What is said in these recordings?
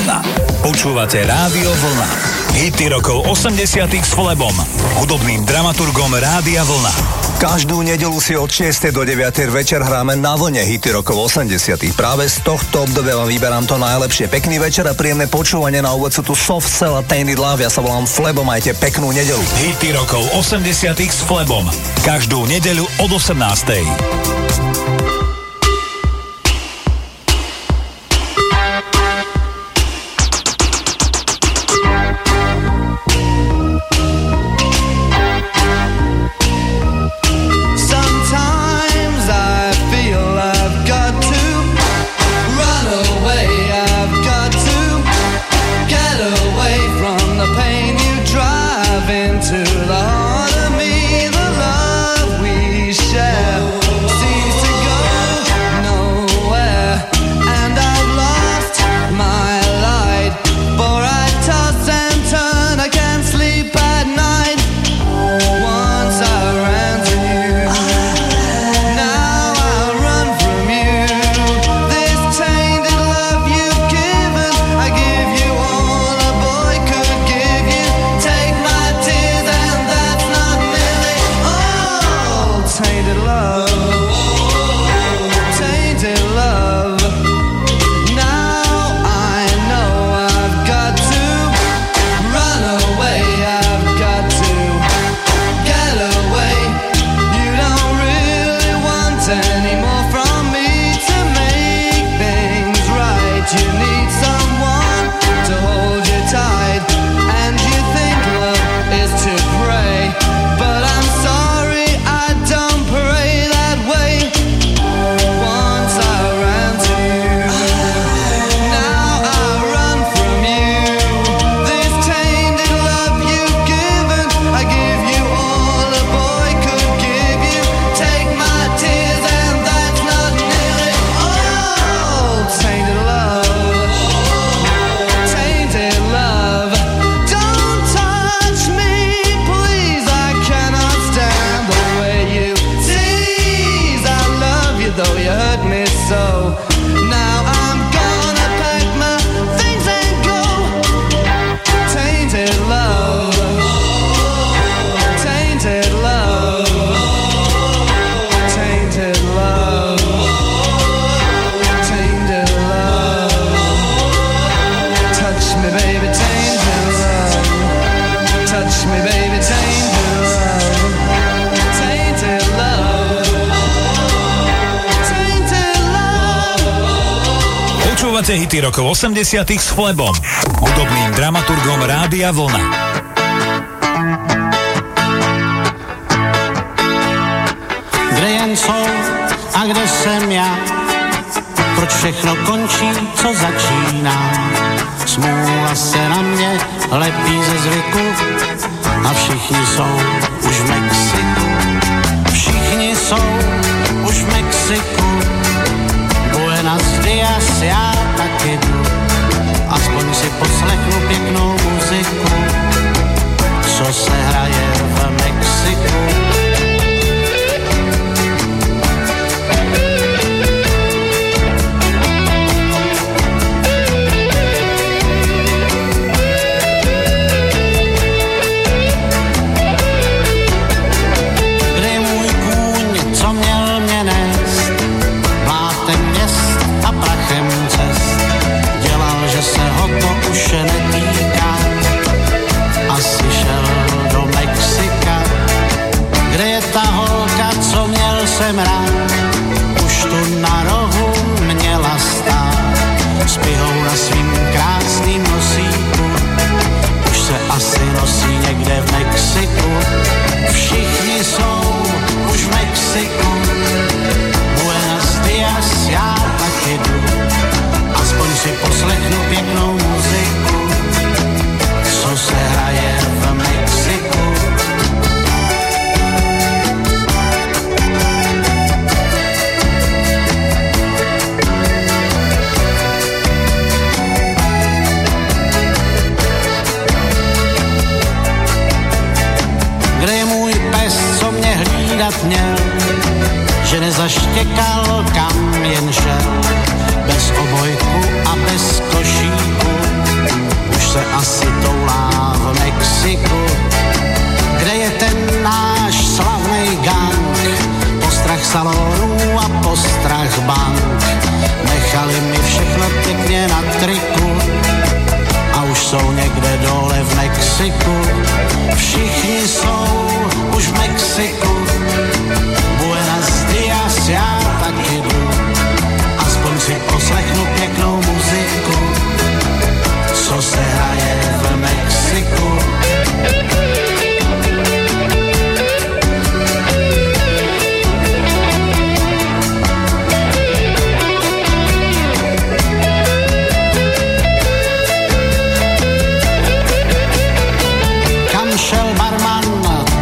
Vlna. Počúvate Rádio Vlna. Hity rokov 80-tých s Flebom, hudobným dramaturgom Rádia Vlna. Každú nedeľu si od 6. do 9. večer hráme na Vlne hity rokov 80-tých. Práve z tohto obdobia vám vyberám to najlepšie. Pekný večer a príjemné počúvanie. Na úvod sú tu Soft Cell a Tainted Love. Ja sa volám Flebo, majte peknú nedeľu. Hity rokov 80-tých s Flebom. Každú nedeľu od 18. Hity rokov 80-tých s Flebom, hudobným dramaturgom Rádia Vlna. Kde jen jsou a kde jsem já? Proč všechno končí, co začíná? Smůla se na mě lepí ze zvyku a všichni jsou už v Mexiku. Všichni jsou už v Mexiku. Buenos dias, já taky jdu, aspoň si poslechnu pěknou muziku, co se hraje v Mexiku. Kde je můj kůň, co měl mě nést, blátem měst a prachem cest, dělal, že se ho to už netýká, asi šel do Mexika. Kde je ta holka, co měl jsem rád, už tu na rohu měla stát, s pihou na svým krásným nosíku, už se asi nosí někde v Mexiku. Všichni jsou už v Mexiku. Buenos dias, já taky jdu, aspoň si poslechnu pěknou muziku, co se hraje v Mexiku. Kde je můj pes, co mě hlídat měl, že nezaštěkal, kam jen šel, bez obojku a bez košíku.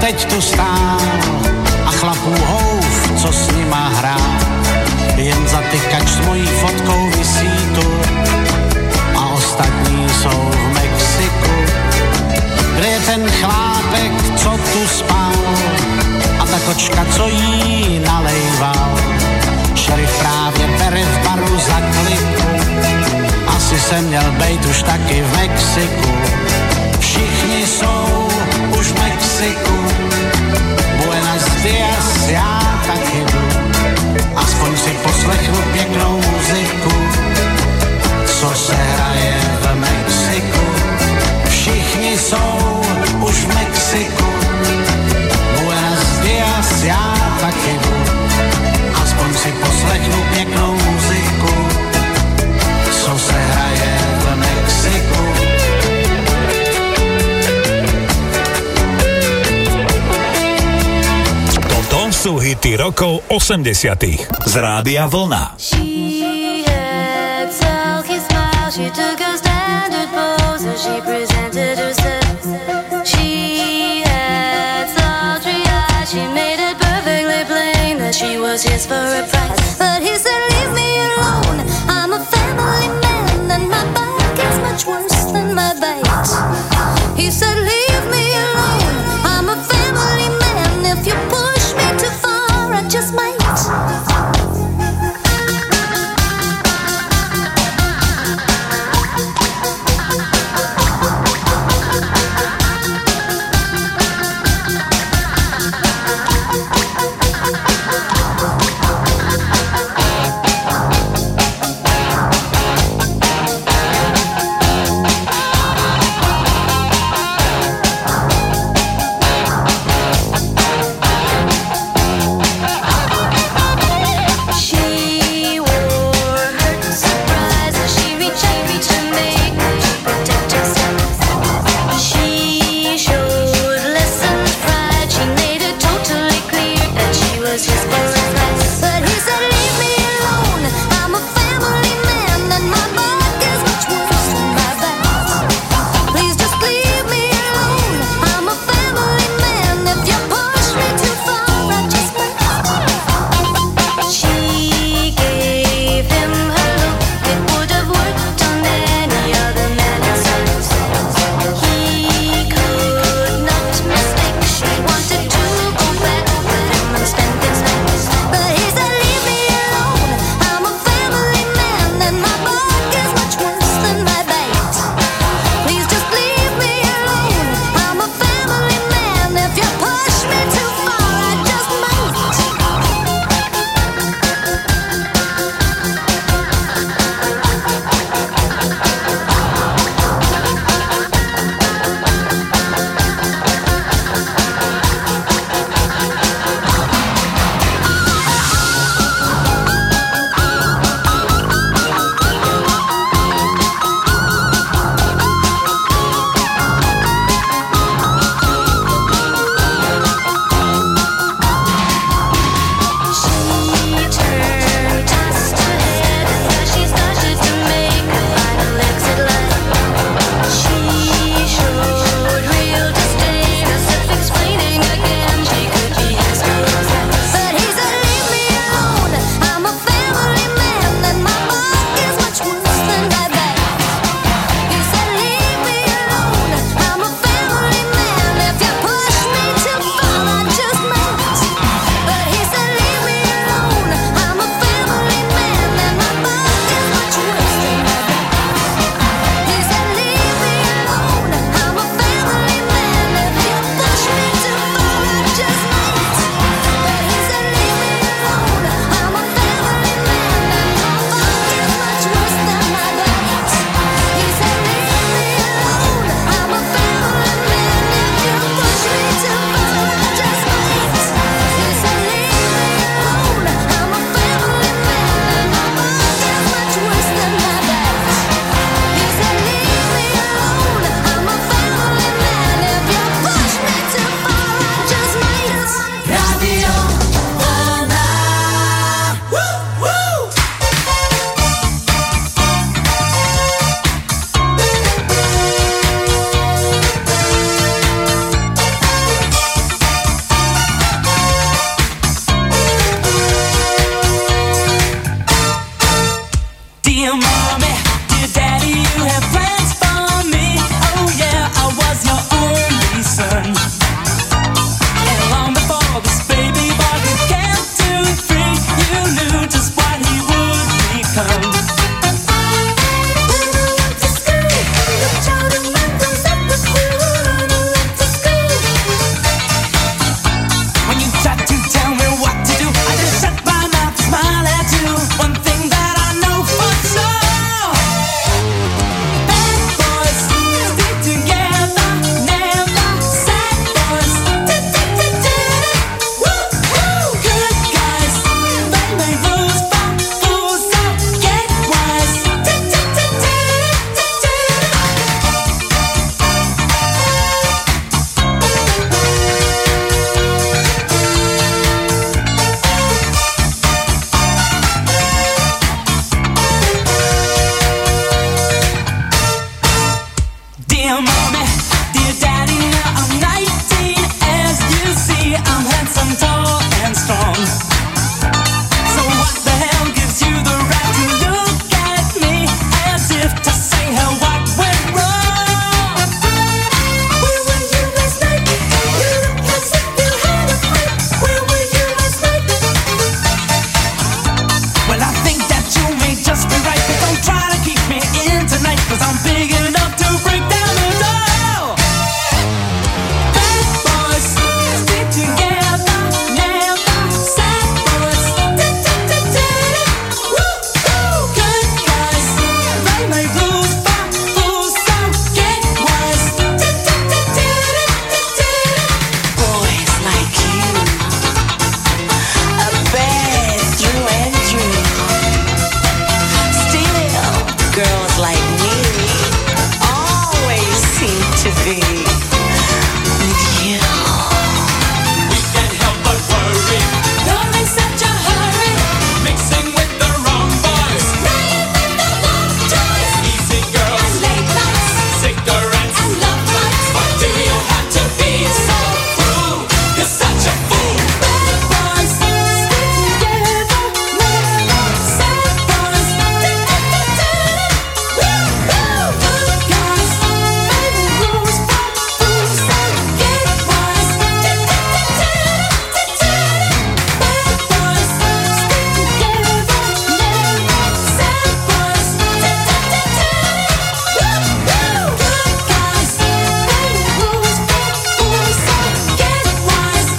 teď tu stál a chlapů houf, co s nima hrál. Jen zatykač s mojí fotkou visí tu a ostatní jsou v Mexiku. Kde je ten chlápek, co tu spal a ta kočka, co jí nalejval? Šerif právě bere v baru za kliku, asi jsem měl bejt už taky v Mexiku. Všichni jsou už v Mexiku, Buenos Dias, já taky jdu. Aspoň si poslechnu pěknou muziku, co se hraje v Mexiku. Všichni jsou už v Mexiku, Buenos Dias, já taky jdu. Aspoň si poslechnu pěknou muziku, co se hraje v Mexiku. Toto sú hity rokov 80. z Rádia Vlna. She had sulky smile, she took a standard pose as she presented herself. She had sultry eyes, she made it perfectly plain that she was his for a price. But he said, leave me alone, I'm a family man, and my bite is much worse than my bite. He said, leave me alone, I'm a family man, if you push me too far, I just might. mommy, dear daddy, now I'm 19. As you see, I'm handsome, tall, and strong. So what the hell gives you the right to look at me as if to say how what went wrong? Where were you last night? You look as if you had a fight. Where were you last night? Well, I think that you may just be right, but don't try to keep me in tonight, 'cause I'm big enough to break down the door. Bad boys stick together, never sad boys. Woo-hoo! Good guys, they make rules for fools, so get wise. Boys like you, a bad through and through. Still, girls like me always seem to be with you. We can't help but worry, You're in such a hurry, mixing with the wrong boys. playing with the wrong toys, Easy girls, late nights cigarettes. and love fights. Why do you have to be so cruel? You're such a fool. Bad boys stick together, never sad boys. Woo-hoo! Good guys, baby rules for fools, so get wise. Bad boys stick together, never sad boys. Woo-hoo! Good guys, baby rules for fools, so get wise.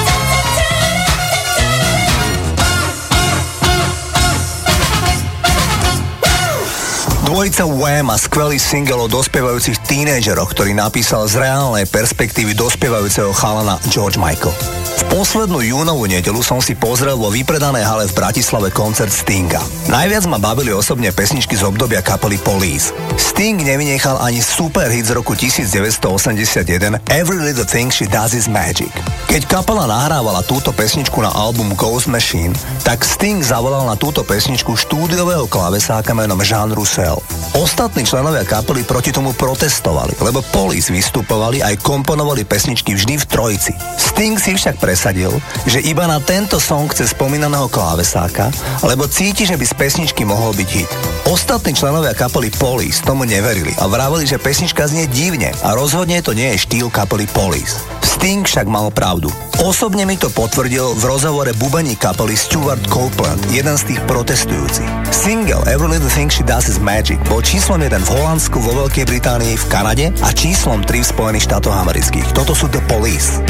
Dvojica Wham a skvelý single o dospievajúcich tínedžeroch, ktorý napísal z reálnej perspektívy dospievajúceho chalana George Michael. V poslednú júnovú nedeľu som si pozrel vo vypredanej hale v Bratislave koncert Stinga. Najviac ma bavili osobne pesničky z obdobia kapely Police. Sting nevynechal ani superhit z roku 1981 Every Little Thing She Does Is Magic. Keď kapela nahrávala túto pesničku na album Ghost Machine, tak Sting zavolal na túto pesničku štúdiového klavesáka menom Jean Roussel. Ostatní členovia kapely proti tomu protestovali, lebo Police vystupovali aj komponovali pesničky vždy v trojici. Sting si však presadil, že iba na tento song chce spomínaného klávesáka, lebo cíti, že by z pesničky mohol byť hit. Ostatní členovia kapely Police tomu neverili a vraveli, že pesnička znie divne a rozhodne to nie je štýl kapely Police. Sting však mal pravdu. Osobne mi to potvrdil v rozhovore bubeník kapely Stuart Copeland, jeden z tých protestujúcich. Single Every Little Thing She Does Is Magic bol číslom 1 v Holandsku, vo Veľkej Británii, v Kanade a číslom 3 v Spojených štátoch amerických. Toto sú The Police.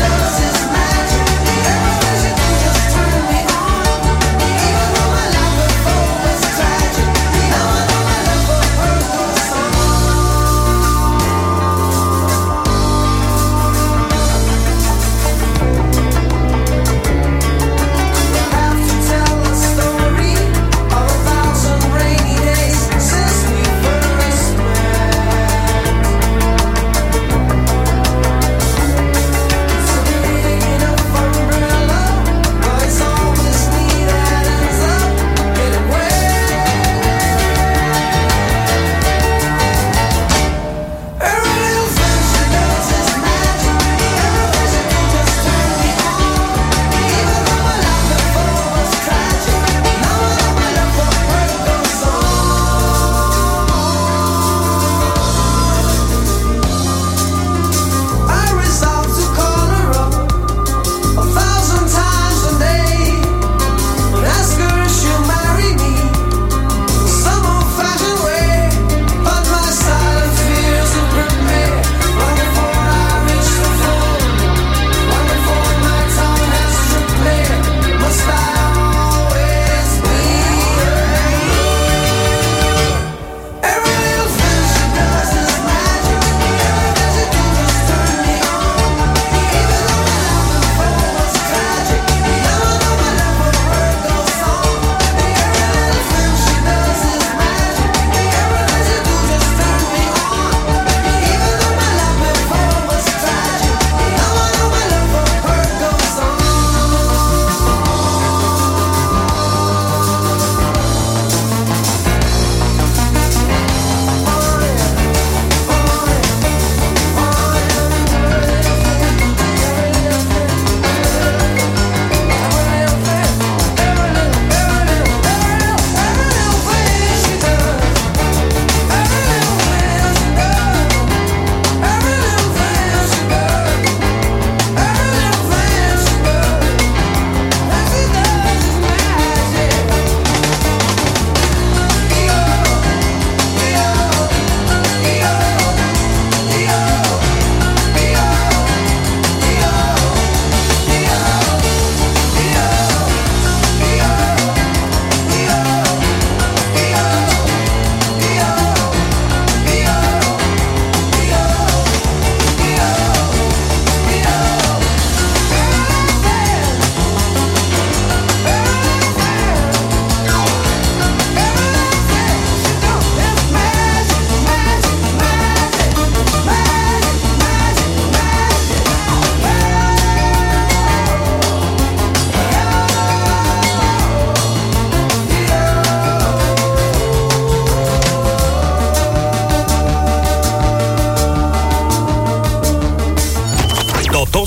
Every little thing she does is magic. Every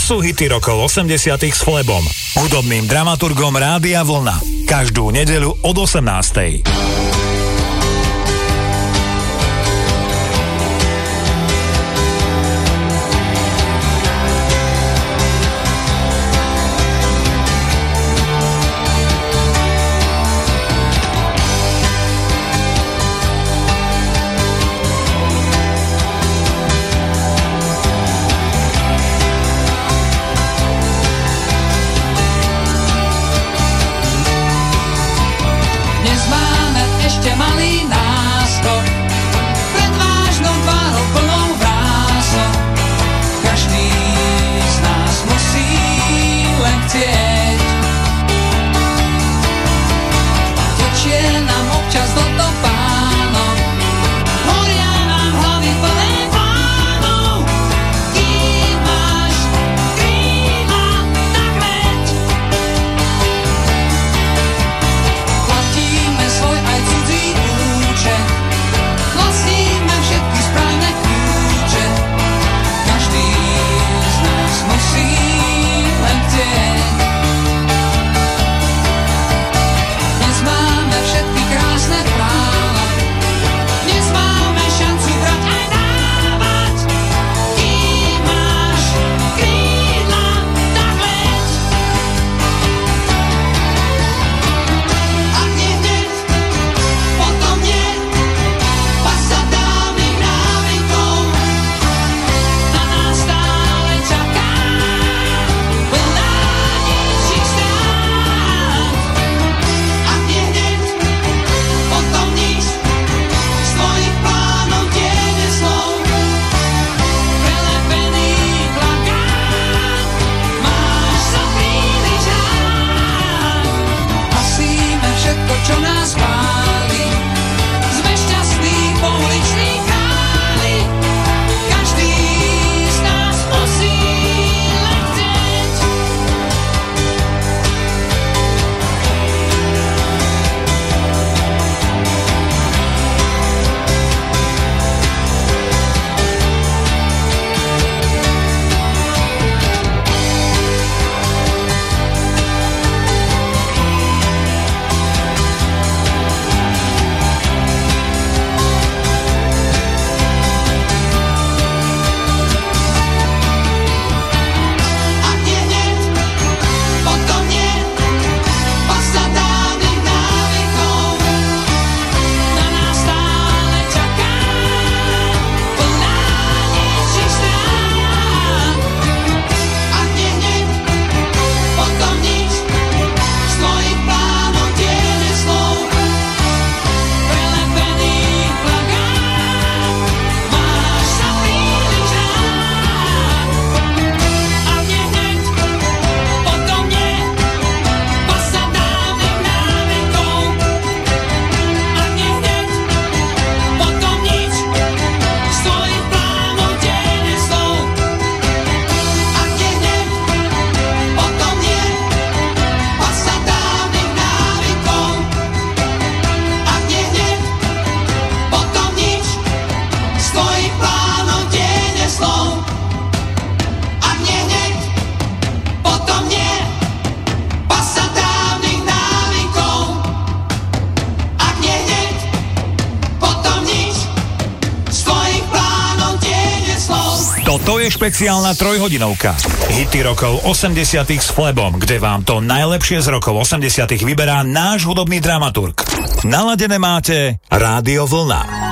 sú hity rokov 80 s Flebom, hudobným dramaturgom Rádia Vlna. Každú nedeľu od 18. To je špeciálna trojhodinovka. Hity rokov 80 s Flebom, kde vám to najlepšie z rokov 80 vyberá náš hudobný dramaturg. Naladené máte Rádio Vlna.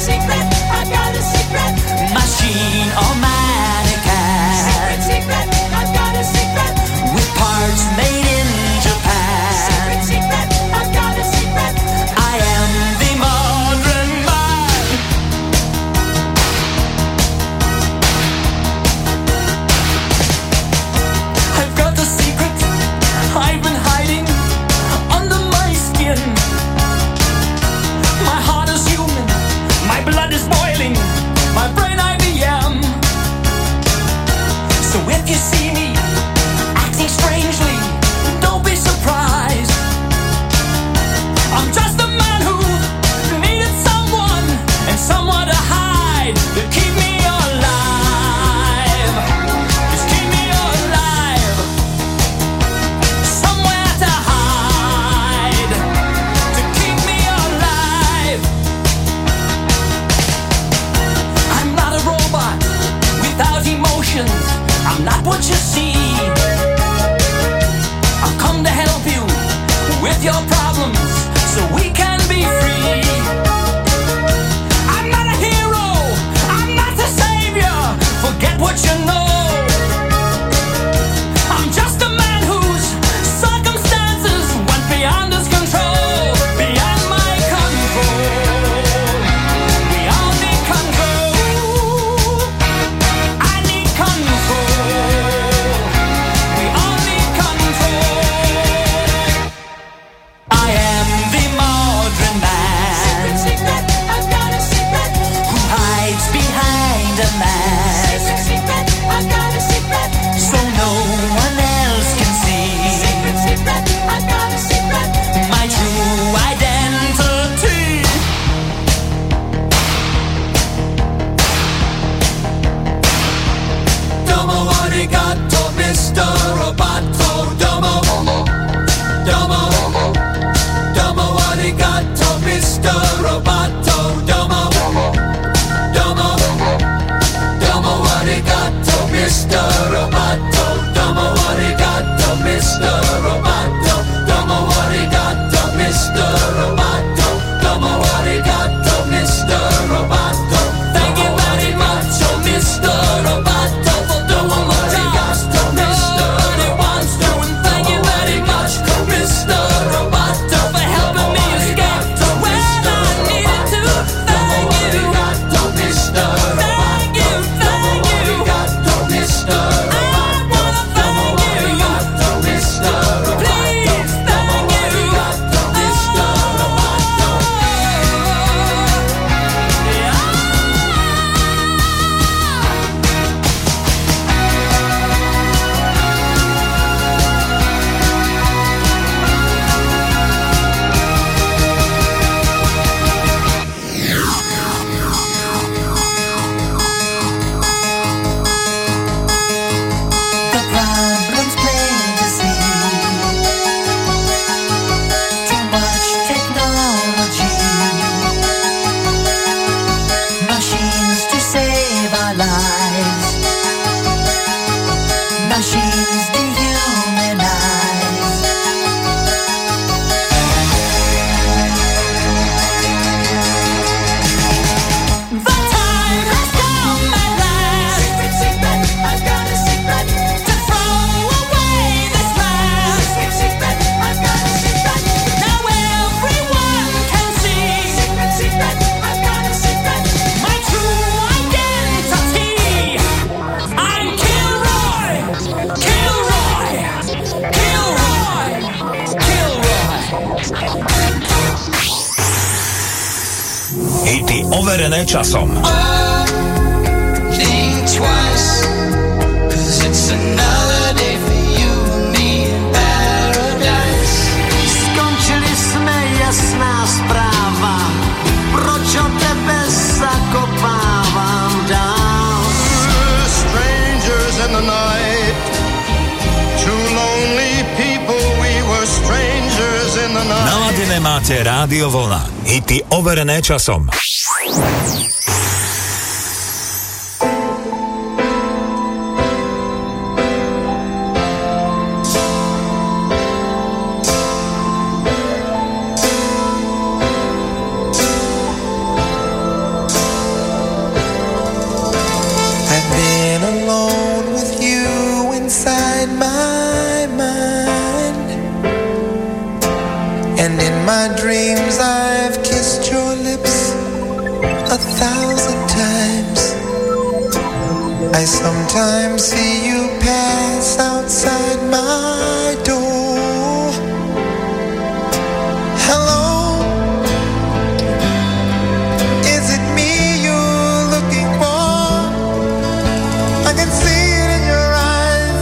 secret, I got a secret. Machine or mannequin. Secret, secret, I got a secret. With parts made in Japan. Secret, secret, I got a secret. I am the modern man. I've got a secret I've been hiding under my skin. My heart is human, my blood is boiling, my brain IBM. So if you see me acting strangely, don't be surprised. I'm just a man who needed someone and someone to hide, to keep me alive. Just keep me alive. Somewhere to hide, to keep me alive. I'm not a robot without emotions. I'm not what you see. I've come to help you with your problems so we can be free. I'm not a hero, I'm not the savior. Forget what you know. I'm just a man whose circumstances went beyond his control, beyond my control. We all need control. I need control. We all need control. I am the modern man. Secret, secret, I've got a secret. Who hides behind a mask. Secret, secret, I've got a secret. So no one else can see. Secret, secret, I've got a secret. My true identity. Domo arigato, Mr. Roboto. Domo, domo, domo arigato, Mr. Roboto. Domo, domo, domo arigato, Mr. Roboto. Domo arigato, Mr. Roboto. Domo arigato, Mr. Roboto. Domo arigato, Mr. Roboto. Thank you very much, oh Mr. Roboto, for doing what arigato, Mr. Roboto. And thank you very much, Mr. Roboto, for helping me escape to where I needed to. Thank you, Mr. Thank you, thank you, Mr. I wanna thank you, Mr. Please, thank you, Mr. The problem's plain to see. Too much technology. Machines to save our lives. Machines dehumanize. The time has come at last. Secret, secret, I've got a secret. To throw away this mask. Secret, secret, I've got a secret. Now everyone can see. Secret, secret, I've got a secret. My true identity. I'm Kilroy. Kilroy. Kilroy. Kilroy. Hity overené časom. Think twice, 'cause it's another day for you and me in paradise. Skončili jsme, jasná zpráva. Proč o tebe zakopávám dál? Strangers in the night, two lonely people, we were strangers in the night. Naladené máte Rádio Vlna. Hity overené časom. And in my dreams I've kissed your lips 1,000 times. I sometimes see you pass outside my door. Hello, is it me you're looking for? I can see it in your eyes,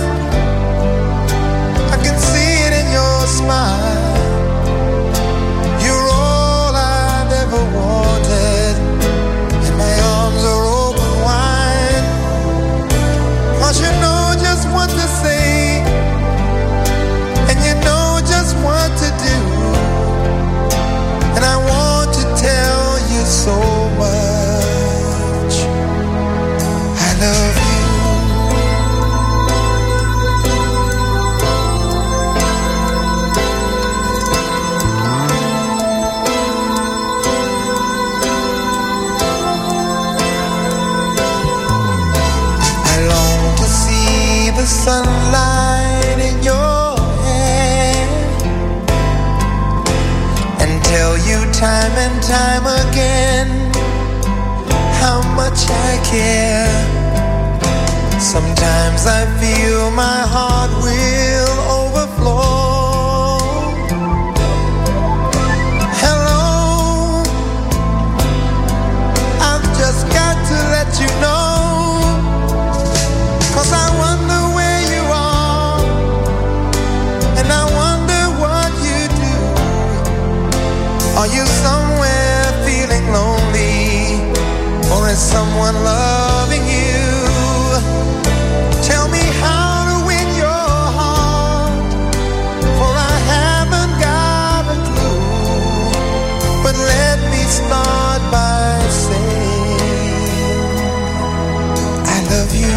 I can see it in your smile. You're all I've ever wanted, and my arms are open wide. 'Cause you know just what to say, and you know just what to do. And I want to tell you so much. I love you. I long to see the sunlight in your hair and tell you time and time again how much I care. Sometimes I feel my heart will overflow. Hello, I've just got to let you know, 'cause I wonder where you are, and I wonder what you do. Are you somewhere feeling lonely, or is someone loving you? Tell me how to win your heart, for I haven't got a clue. But let me start by saying I love you.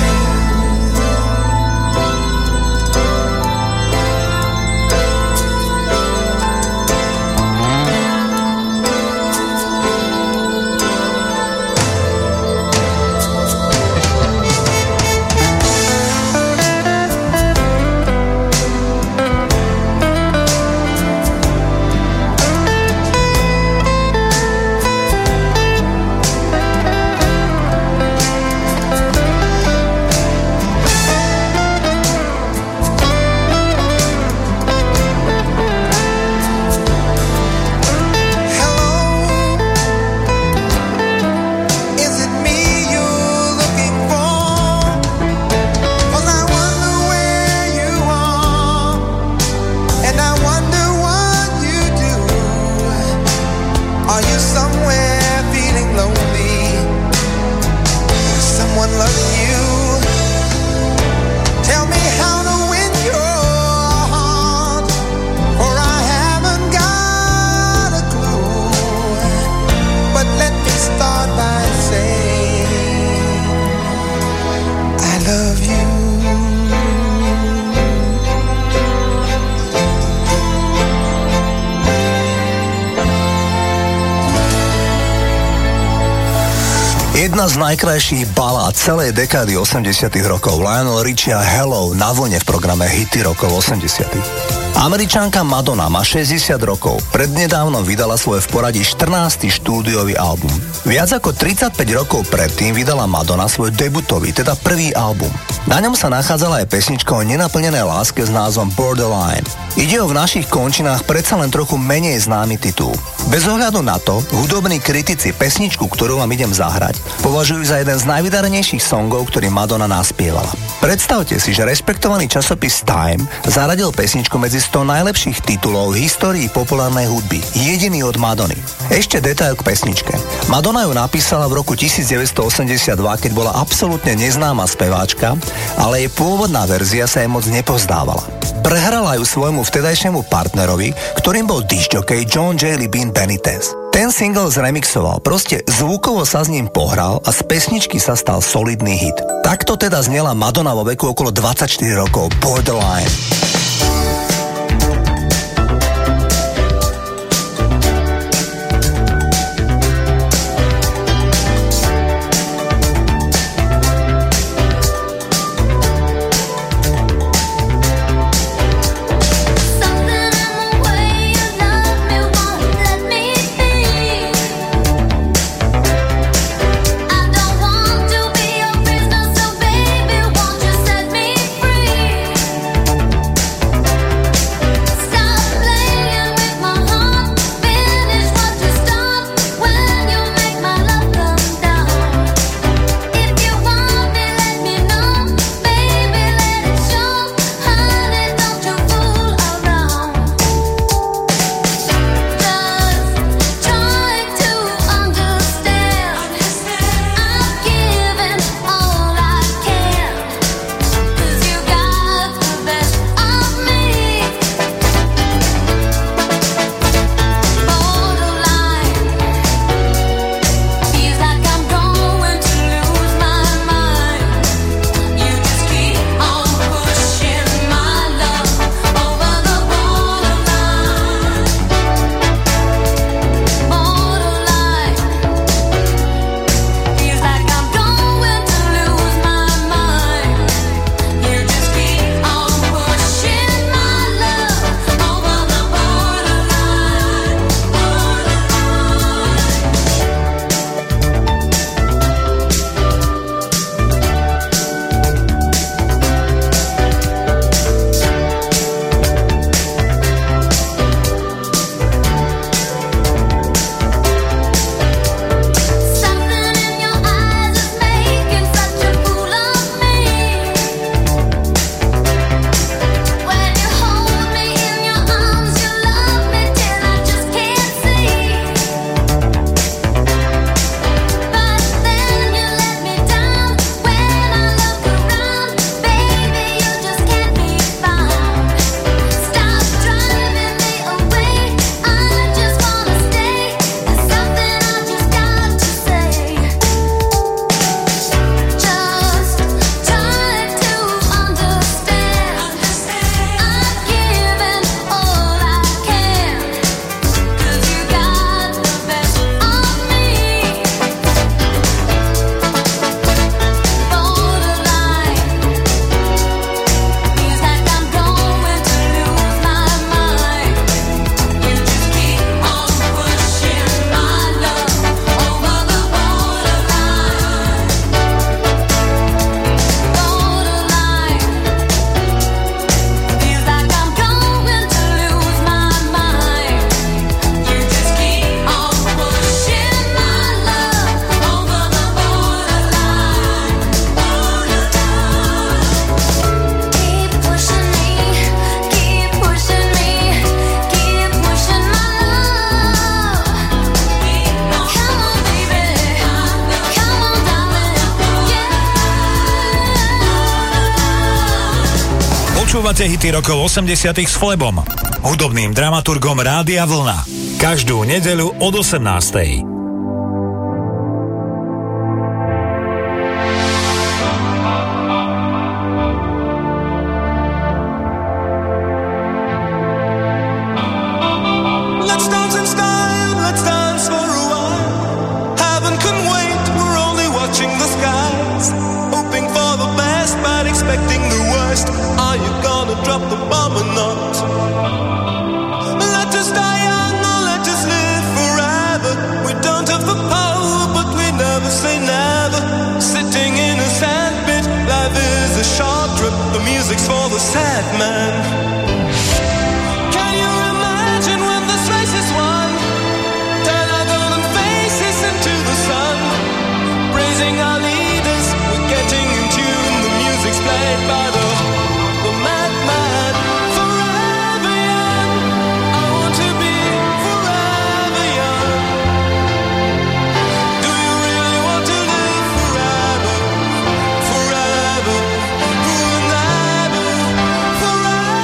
Jedna z najkrajších balád celej dekády 80 rokov, Lionel Richie a Hello na vlne v programe Hity rokov 80. Američanka Madonna má 60 rokov. Prednedávnom vydala svoj v poradí 14. štúdiový album. Viac ako 35 rokov predtým vydala Madonna svoj debutový, teda prvý album. Na ňom sa nachádzala aj pesnička o nenaplnenej láske s názvom Borderline. Ide o v našich končinách predsa len trochu menej známy titul. Bez ohľadu na to, hudobní kritici pesničku, ktorú vám idem zahrať, považujú za jeden z najvydarenejších songov, ktorý Madonna naspievala. Predstavte si, že rešpektovaný časopis Time zaradil pesničku medzi 100 najlepších titulov v histórii populárnej hudby, jediný od Madony. Ešte detail k pesničke. Madonna ju napísala v roku 1982, keď bola absolútne neznáma speváčka, ale jej pôvodná verzia sa jej moc nepozdávala. Prehrala ju svojmu vtedajšiemu partnerovi, ktorým bol discjockey John J. Bean Benitez. Ten single zremixoval, proste zvukovo sa s ním pohral a z pesničky sa stal solidný hit. Takto teda znela Madonna vo veku okolo 24 rokov, Borderline. Something in the way you love me Počúvate hity rokov 80 s Flebom, hudobným dramaturgom Rádia Vlna. Každú nedeľu od 18. Forever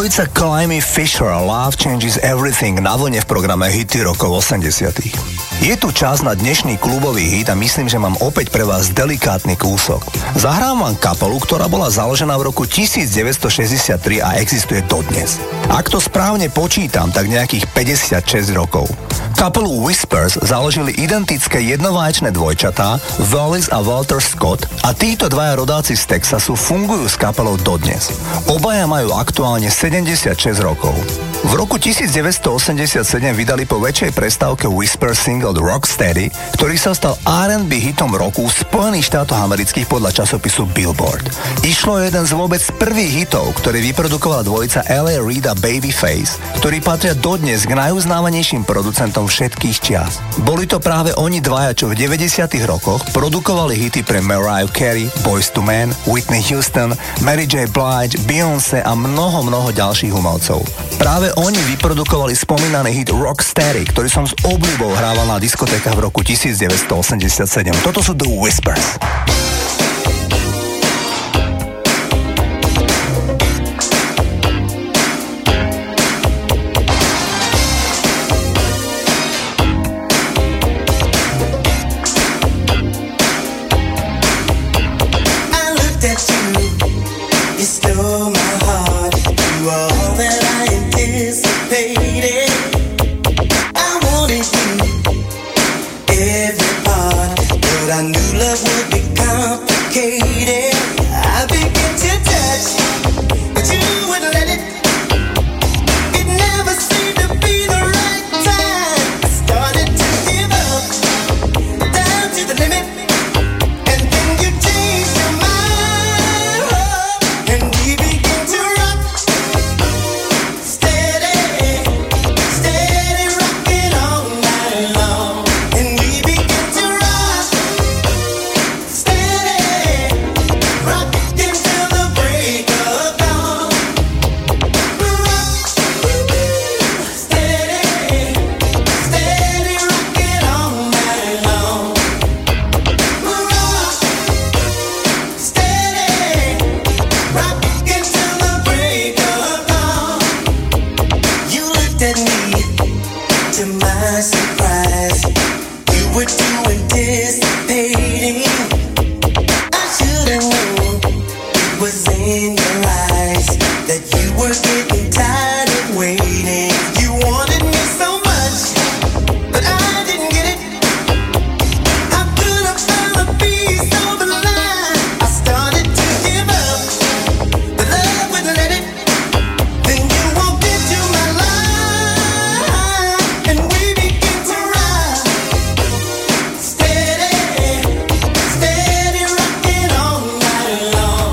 Dvojica Climby Fisher a Love Changes Everything na vlne v programe Hity rokov 80. Je tu čas na dnešný klubový hit a myslím, že mám opäť pre vás delikátny kúsok. Zahrám vám kapelu, ktorá bola založená v roku 1963 a existuje dodnes. Ak to správne počítam, tak nejakých 56 rokov. Kapelu Whispers založili identické jednovaječné dvojčatá Wallis a Walter Scott a títo dvaja rodáci z Texasu fungujú s kapelou dodnes. Obaja majú aktuálne 76 rokov. V roku 1987 vydali po väčšej prestávke Whispers single Rocksteady, ktorý sa stal R&B hitom roku v Spojených štátoch amerických podľa časopisu Billboard. Išlo jeden z vôbec prvých hitov, ktorý vyprodukovala dvojica L.A. Reid a Babyface, ktorí patria dodnes k najuznávanejším producentom všetkých čias. Boli to práve oni dvaja, čo v 90. rokoch produkovali hity pre Mariah Carey, Boyz II Men, Whitney Houston, Mary J. Blige, Beyoncé a mnoho ďalších umelcov. Práve oni vyprodukovali spomínaný hit Rocksteady, ktorý som s obľubou hrával na diskotékach v roku 1987. Toto sú The Whispers.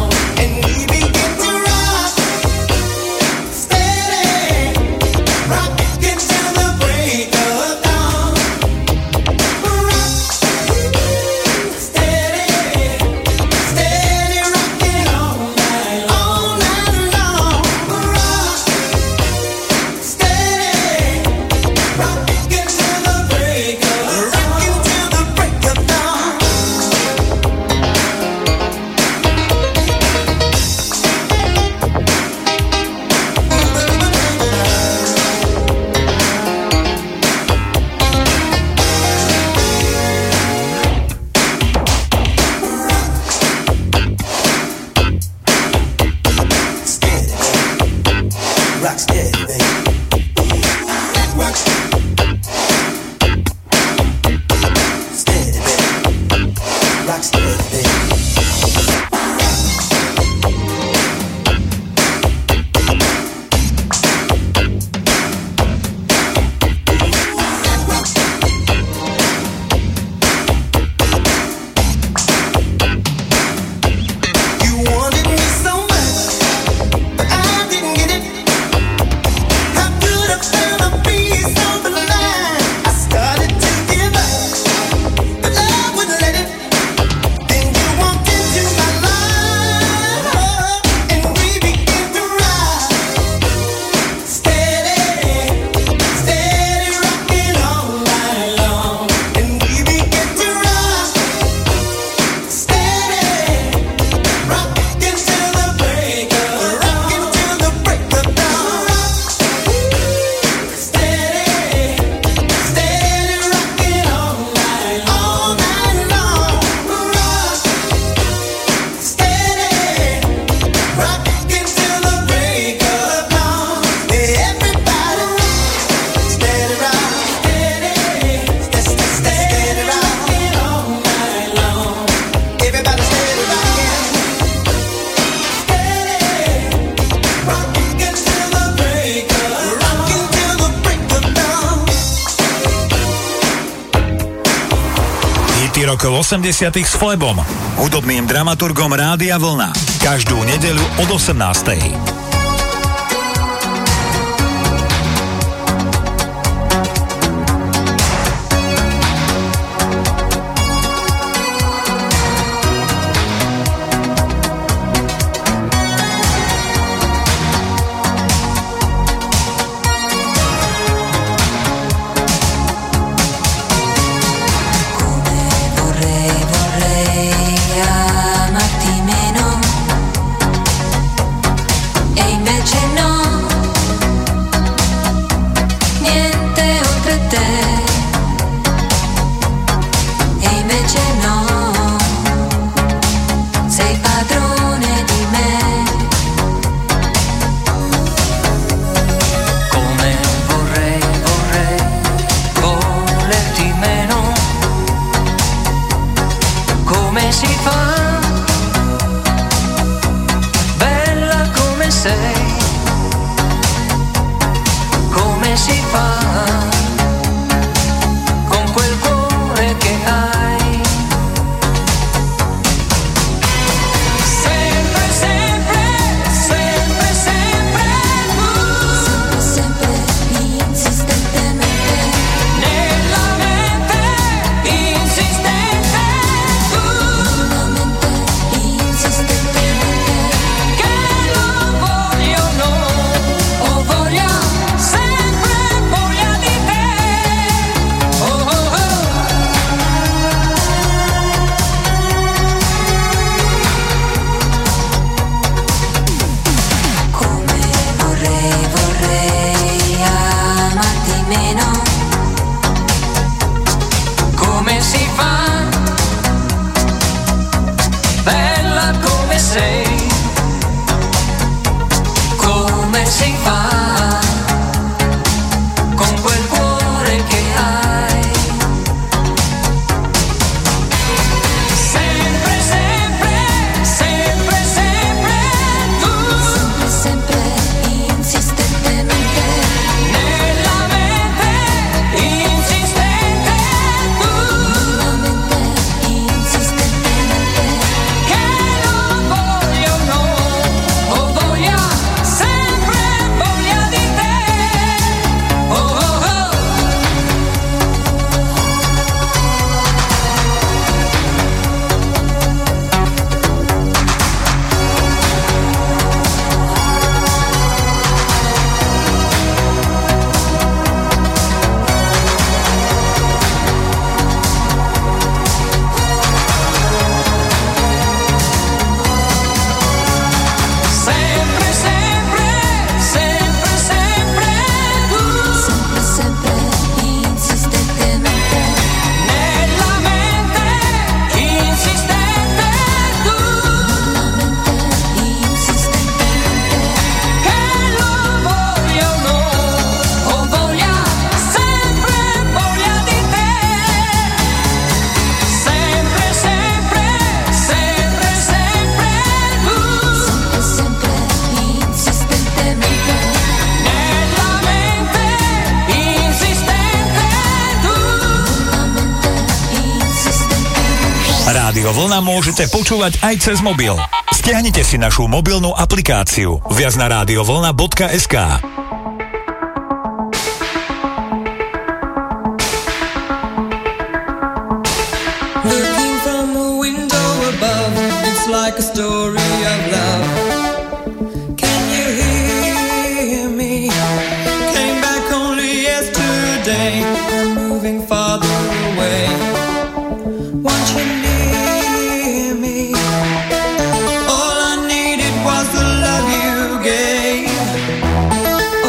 Rock rokov 80 s Flebom, hudobným dramaturgom Rádia Vlna. Každú nedeľu od 18. Rádio Vlna môžete počúvať aj cez mobil. Stiahnite si našu mobilnú aplikáciu viac na radiovlna.sk. Looking from a window above, it's like a story of love. Can you hear me? Came back only yesterday. I'm moving farther away. Want you near me? All I needed was the love you gave.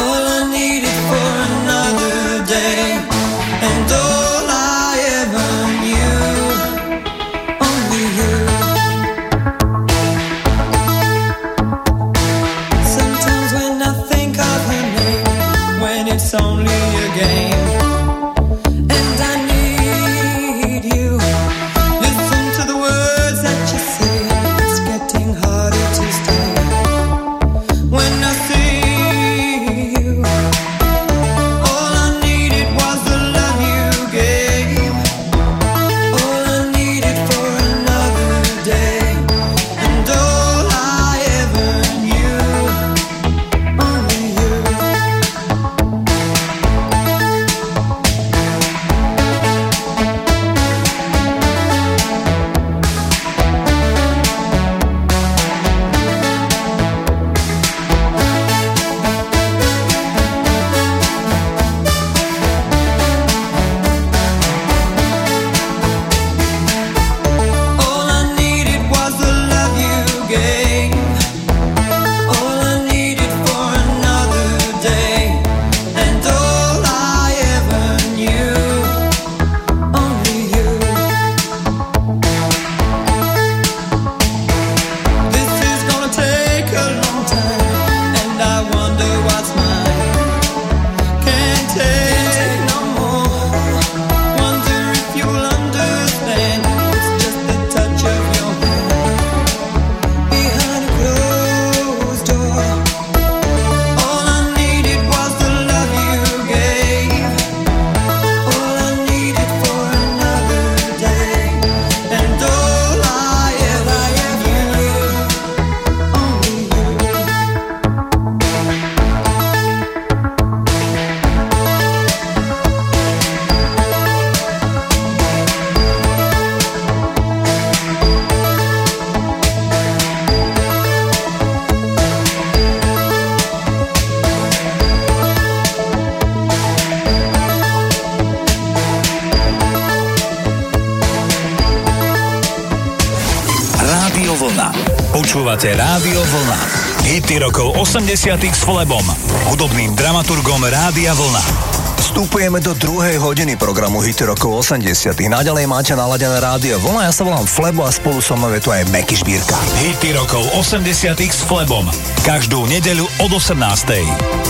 Počúvate Rádio Vlna. Hity rokov 80 s Flebom, hudobným dramaturgom Rádia Vlna. Vstupujeme do druhej hodiny programu Hity rokov 80. Naďalej máte naladené Rádio Vlna, ja sa volám Flebo a spolu so mnou je tu aj Meky Šbírka. Hity rokov 80 s Flebom. Každú nedeľu od 18.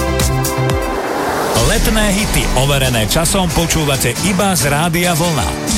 Letné hity overené časom počúvate iba z Rádia Vlna.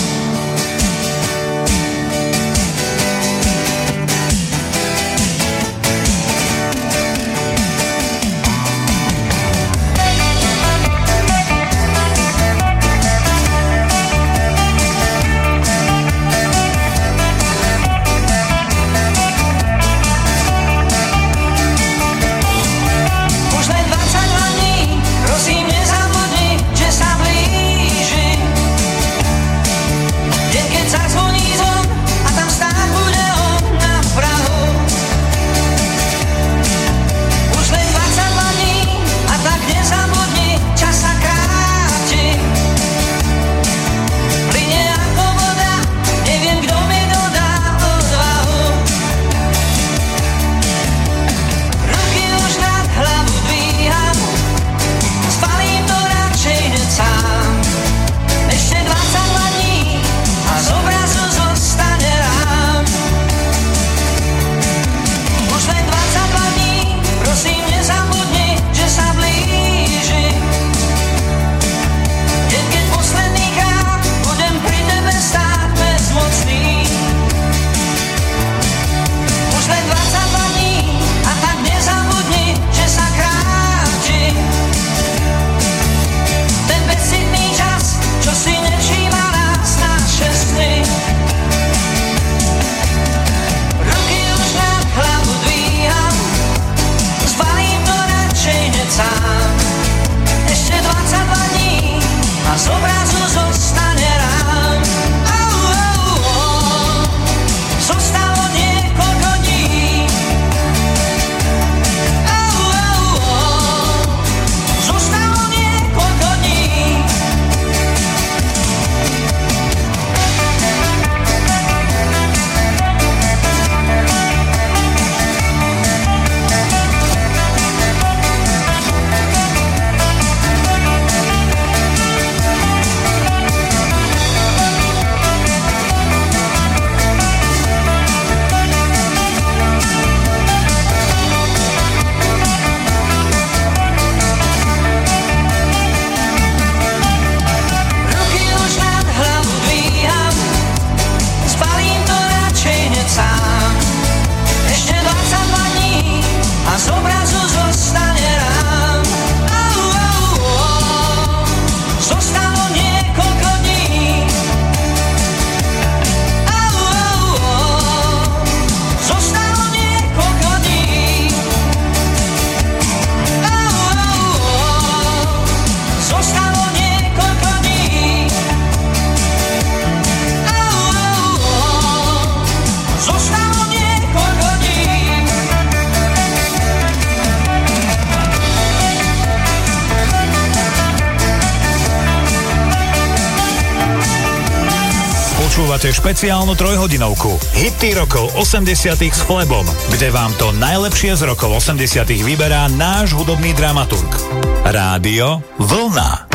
Počúvate špeciálnu trojhodinovku Hity rokov 80 s Flebom, kde vám to najlepšie z rokov 80 vyberá náš hudobný dramaturg. Rádio Vlna.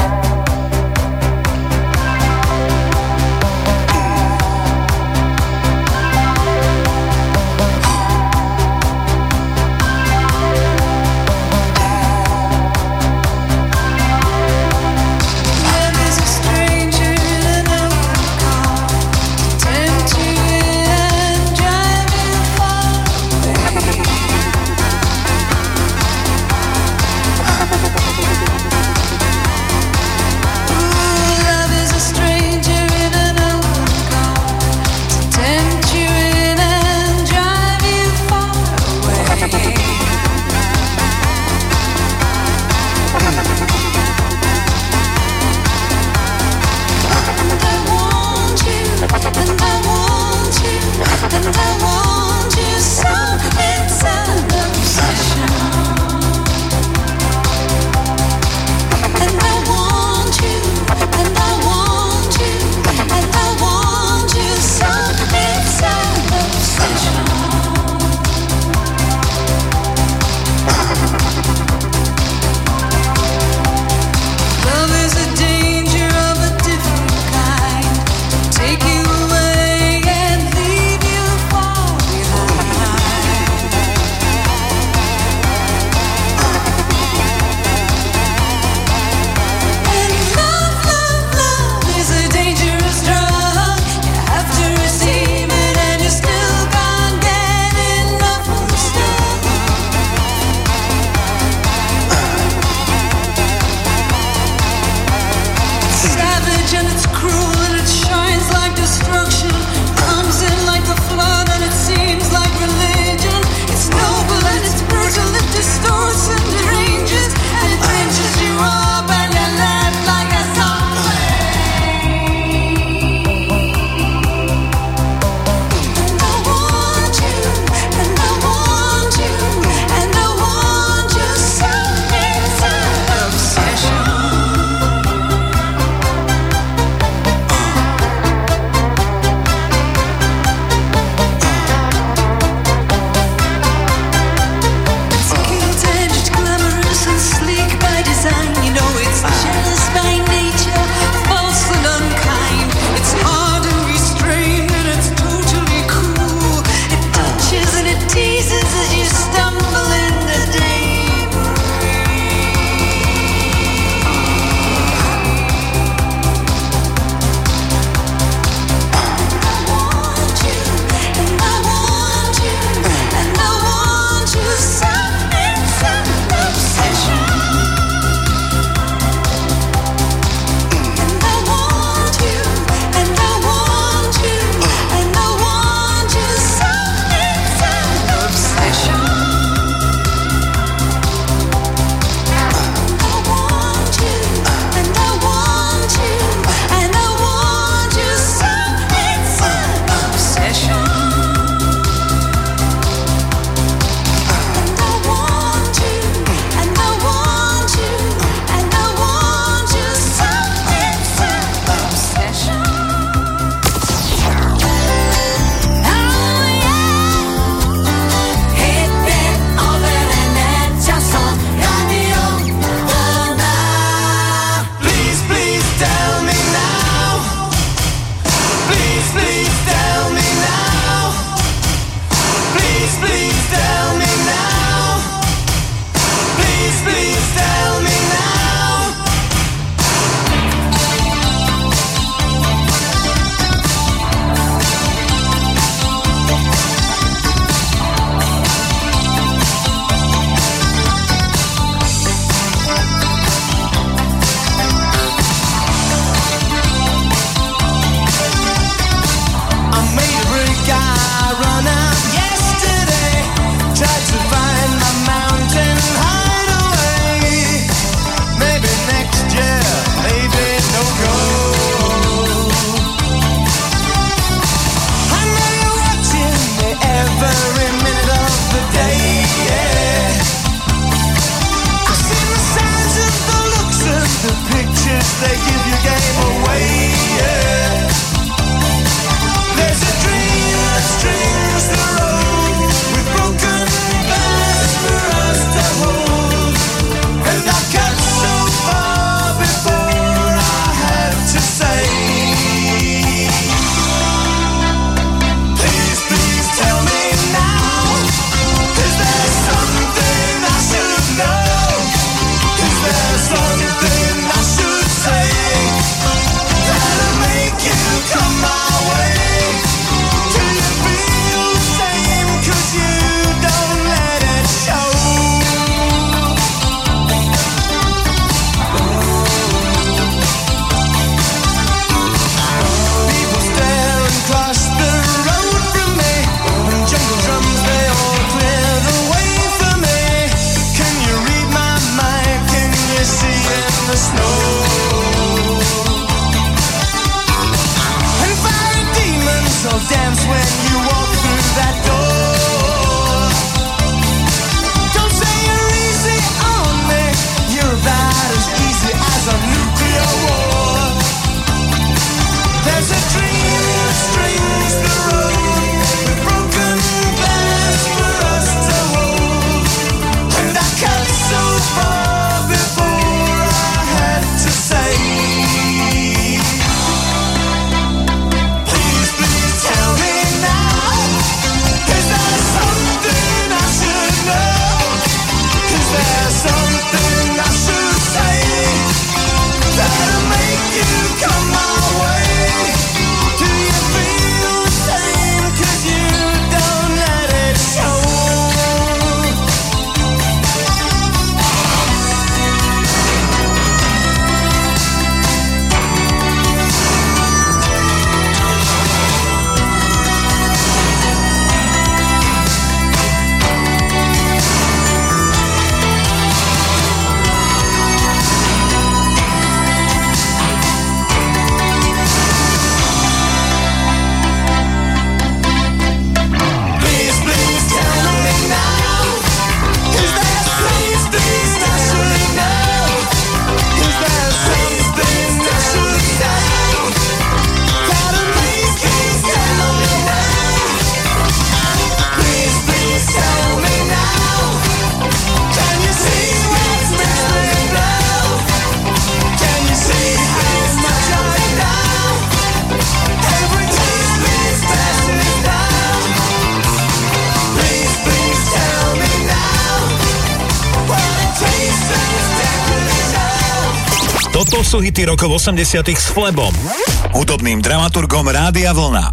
Toto sú hity rokov 80 s Flebom, hudobným dramaturgom Rádia Vlna.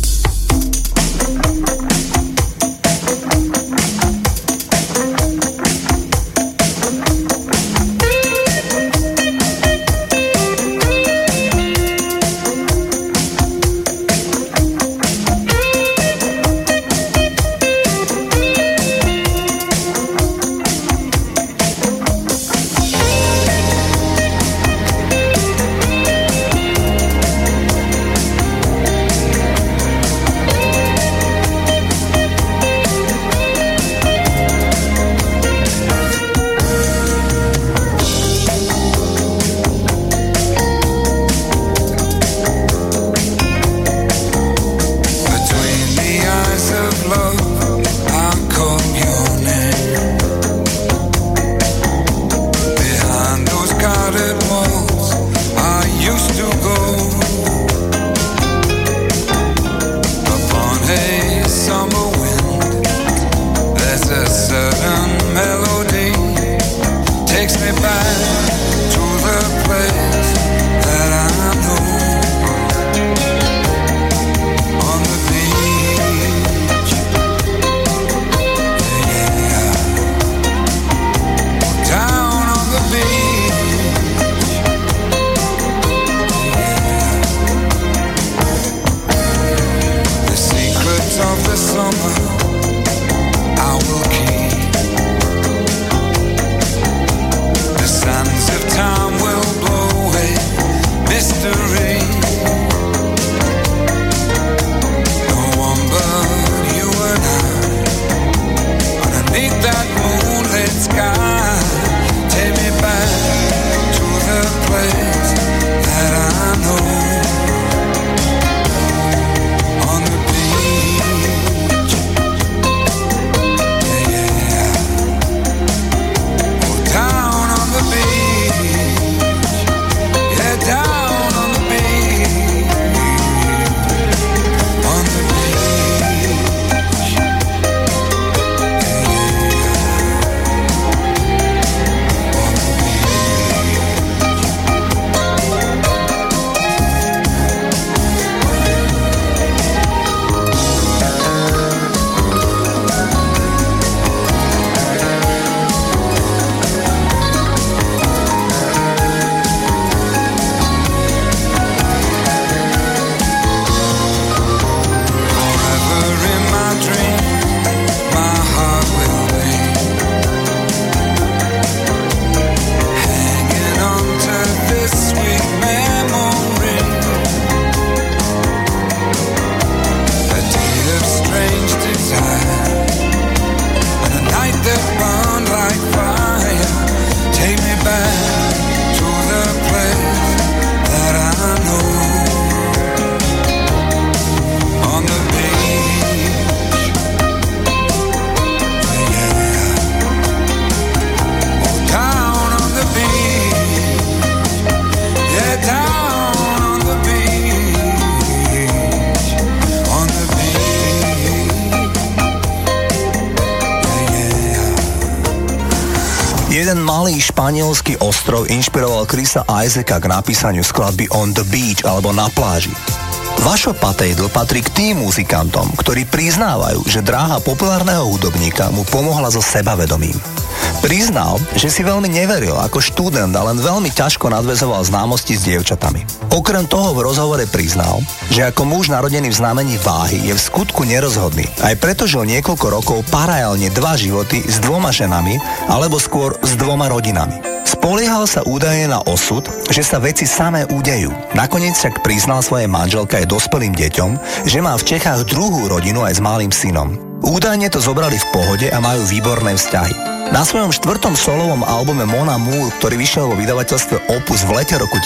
Jeden malý španielský ostrov inšpiroval Chrisa Isaaca k napísaniu skladby On the Beach alebo Na pláži. Vašo Patejdl patrí k tým muzikantom, ktorí priznávajú, že dráha populárneho hudobníka mu pomohla so sebavedomím. Priznal, že si veľmi neveril ako študent a len veľmi ťažko nadväzoval známosti s dievčatami. Okrem toho v rozhovore priznal, že ako muž narodený v znamení váhy je v skutku nerozhodný. Aj preto žil niekoľko rokov paralelne 2 životy s 2 ženami alebo skôr s 2 rodinami. Spoliehal sa údajne na osud, že sa veci samé udejú. Nakoniec však priznal svojej manželke aj dospelým deťom, že má v Čechách druhú rodinu aj s malým synom. Údajne to zobrali v pohode a majú výborné vzťahy. Na svojom 4. solovom albume Mon Amour, ktorý vyšiel vo vydavateľstve Opus v lete roku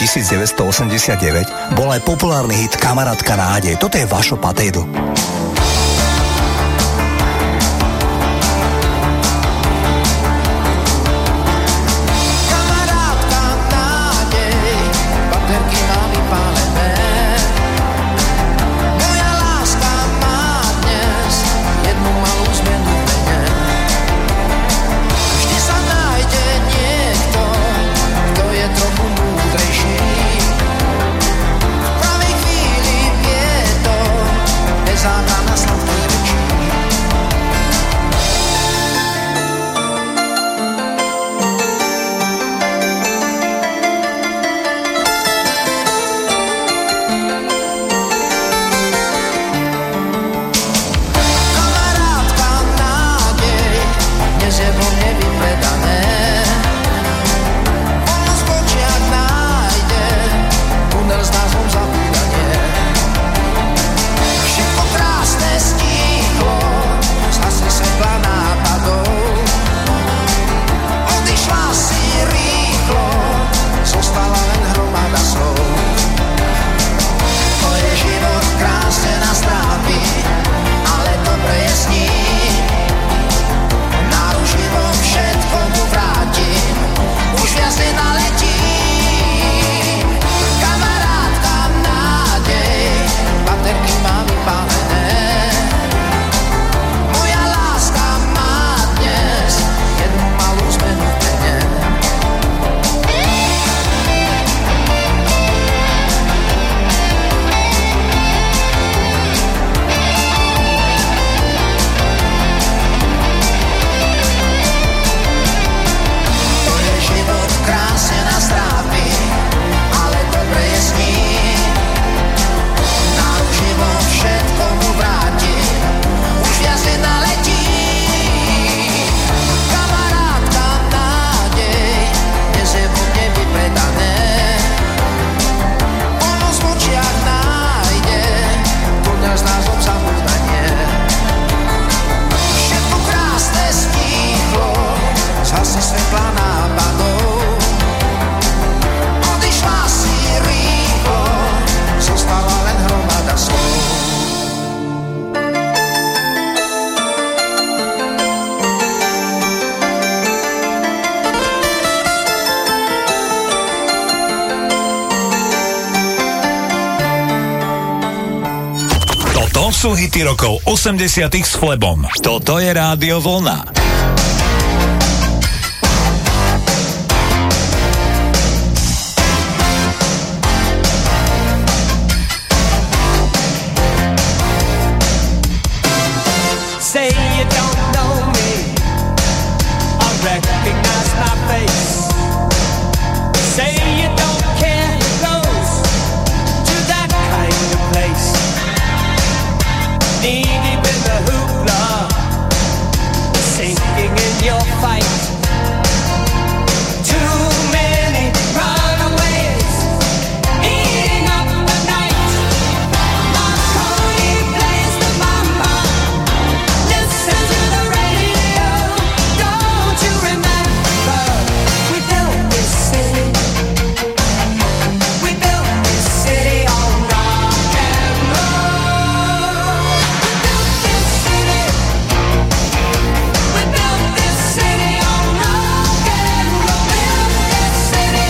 1989, bol aj populárny hit Kamarátka nádej. Toto je Vašo Patejdl. Vždy sa nájde sú hity rokov 80 s Flebom. Toto je Rádio Vlna. Say you don't know me, I recognize my face. Say you don't care who goes to that kind of place. Knee deep in the hoopla, sinking in your fight. Too many runaways, eating up the night. Marconi plays the mama. Listen to the radio. Don't you remember? We built this city. We built this city on rock and roll. We built this city. We built this city on rock and roll. Built this city.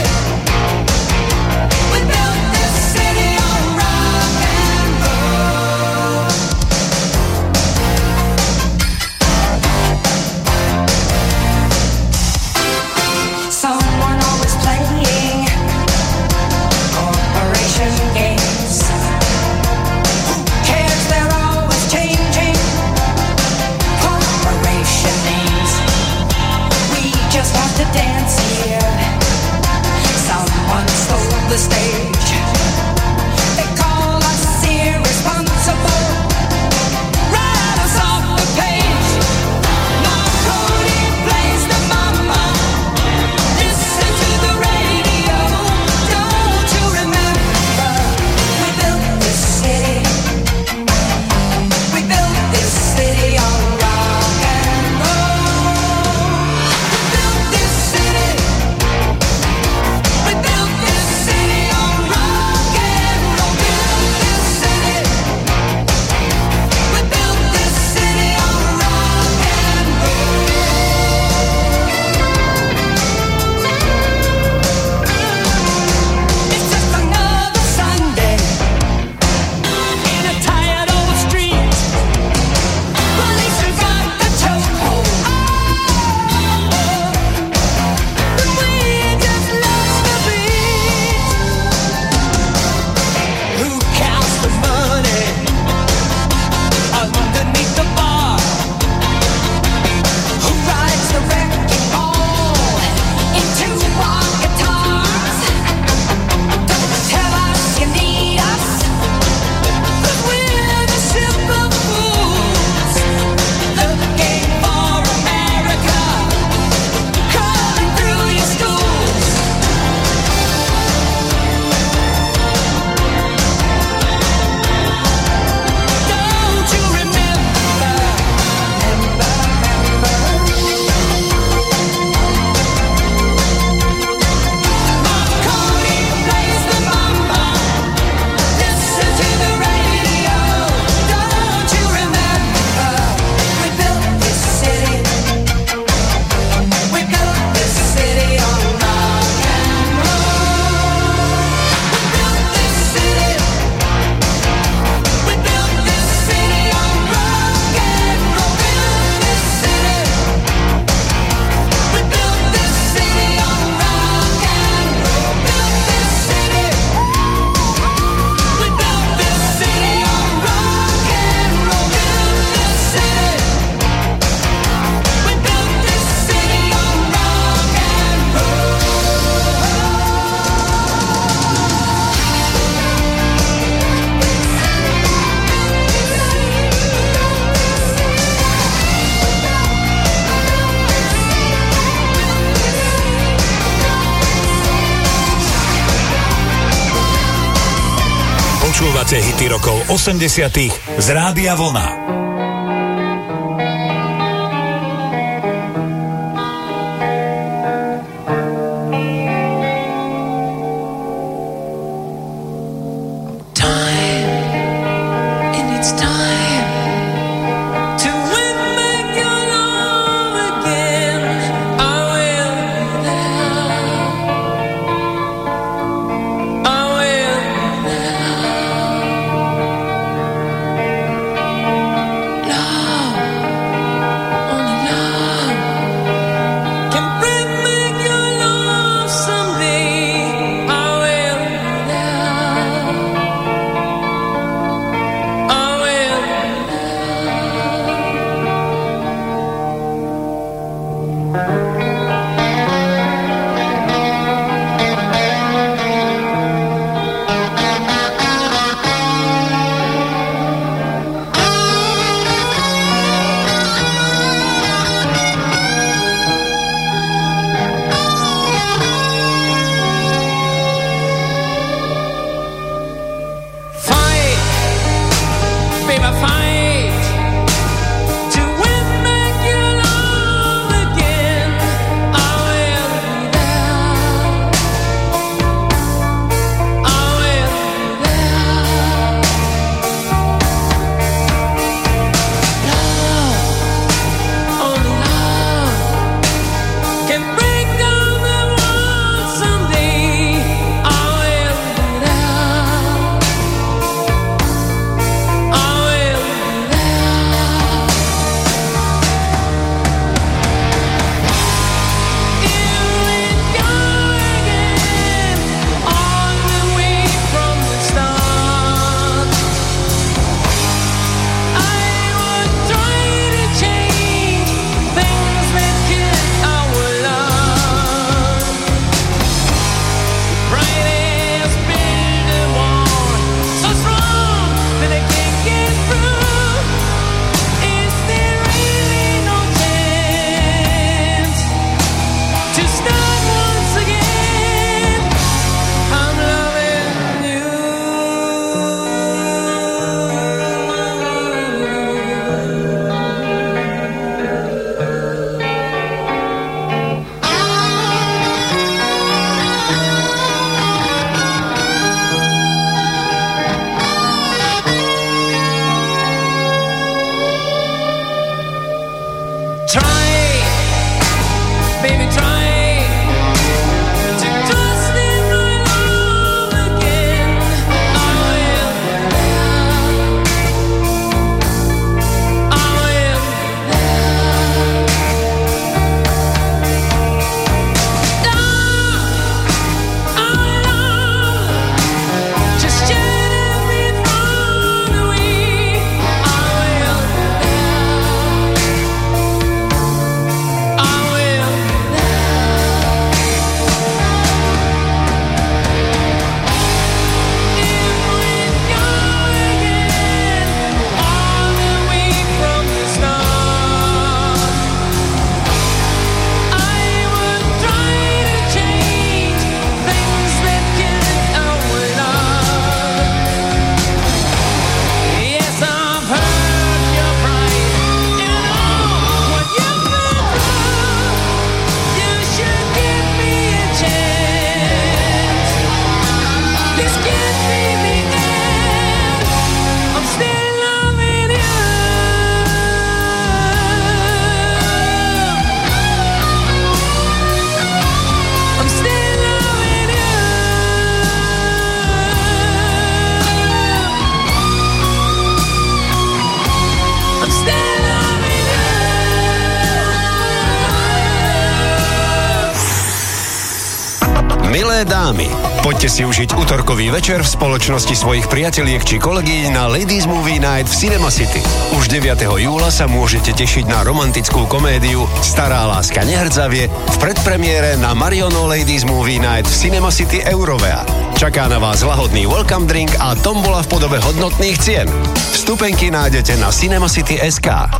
We built this city on rock and roll. Someone always playing corporation games. Who cares? They're always changing corporation names. We just have to dance here. Someone stole the stage. They call us irresponsible. Write us off the page. Marconi plays the mama. Listen to the radio. Don't you remember? We built this city. We built this city on rock and roll. We built this city. We built this city on rock and roll. Built this city. We built this city on rock and roll. It's just another Sunday in a tired old street. Police have got the chokehold. But we just lost the beat. Who counts the money underneath the bar? Who rides the wrecking ball into our guitars? Don't tell us you need us, 'cause we're the simple fools looking for America, crawling through your schools. Don't you remember? Marconi plays the mama. Listen to the radio. Don't you remember? We built this city. We built this city on rock and roll. We built this city. We built this city on rock and roll. Built this city. We built this city on rock and roll. Built this city. We built this city on rock and roll. Built this city. We built this city on rock and roll. Počúvate hity rokov 80 z Rádia Vlna. It's time to win back your love again. I will now. I will now. Milé dámy, poďte si užiť utorkový večer v spoločnosti svojich priateliek či kolegy na Ladies Movie Night v Cinema City. Už 9. júla sa môžete tešiť na romantickú komédiu Stará láska nehrdzavie v predpremiére na Mariono Ladies Movie Night v Cinema City Eurovea. Čaká na vás lahodný welcome drink a tombola v podobe hodnotných cien. Vstupenky nájdete na cinemacity.sk.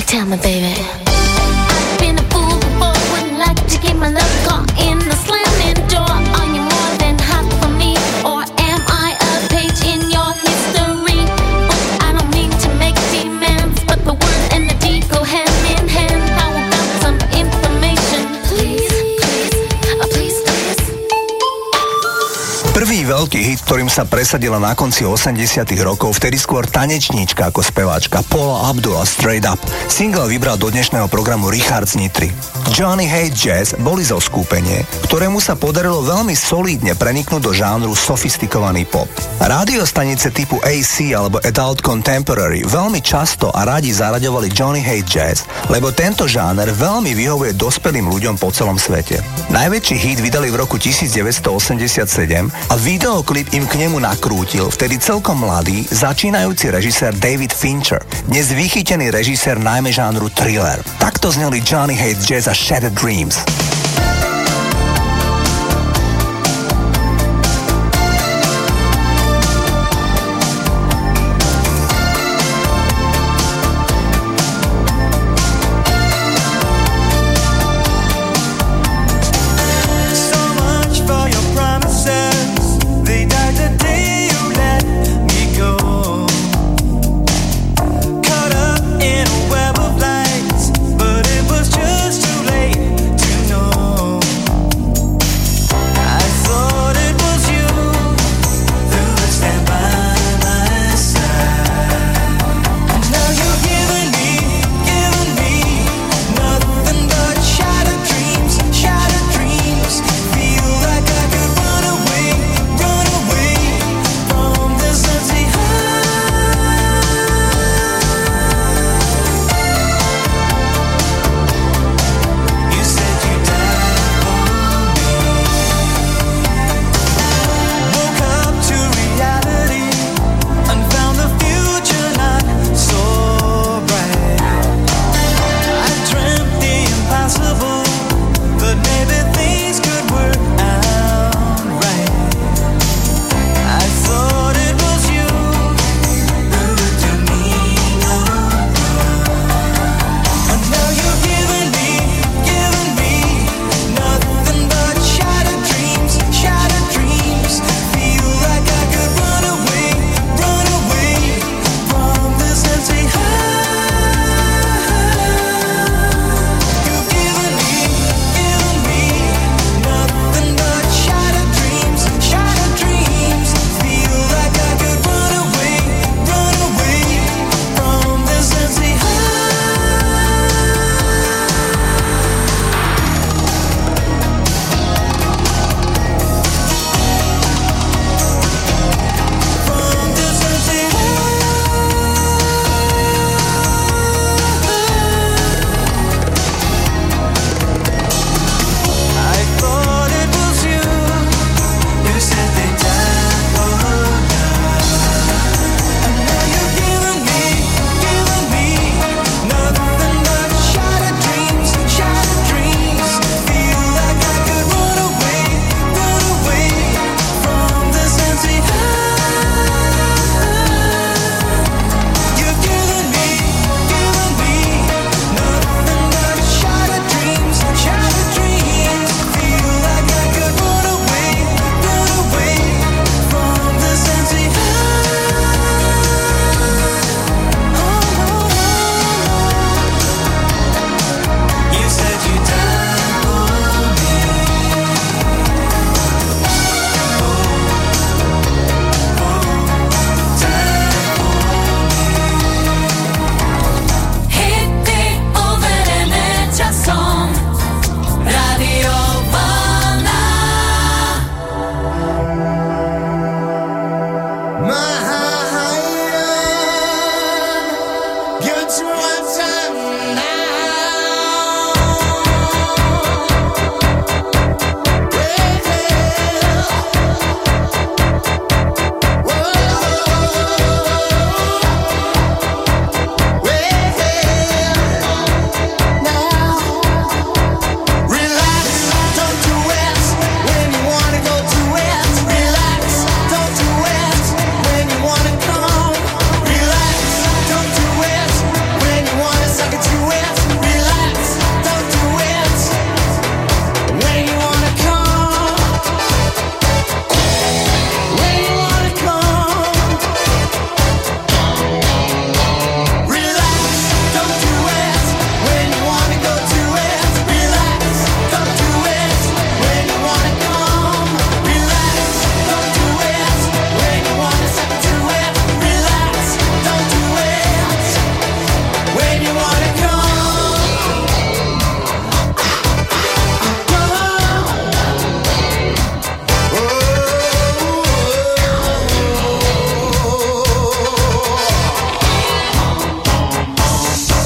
Tell me, baby. I've been a fool before, wouldn't like to get my love caught in the slamming door. Are you more than hot for me, or am I a page in your history? Oh, I don't mean to make demands, but the word and the deed go hand in hand. How about some information, please, please, please? Prvý veľký hit, ktorým sa presadila na konci 80 rokov, vtedy skôr tanečníčka ako speváčka Paula Abdul a Straight Up. Single vybral do dnešného programu Richard z Nitry. Johnny Hate Jazz boli zo skupenie, ktorému sa podarilo veľmi solídne preniknúť do žánru sofistikovaný pop. Rádiostanice typu AC alebo Adult Contemporary veľmi často a radi zaraďovali Johnny Hate Jazz, lebo tento žáner veľmi vyhovuje dospelým ľuďom po celom svete. Najväčší hit vydali v roku 1987 a videoklip im k nemu nakrútil vtedy celkom mladý, začínajúci režisér David Fincher, dnes vychytený režisér najmä žánru thriller. Takto zneli Johnny Hate Jazz a Shattered Dreams.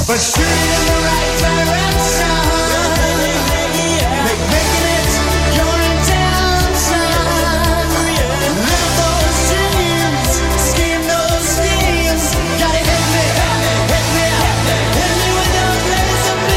but shooting in the right direction. Making it your intention. Live those dreams, scheme those schemes. Gotta hit me with no place to be.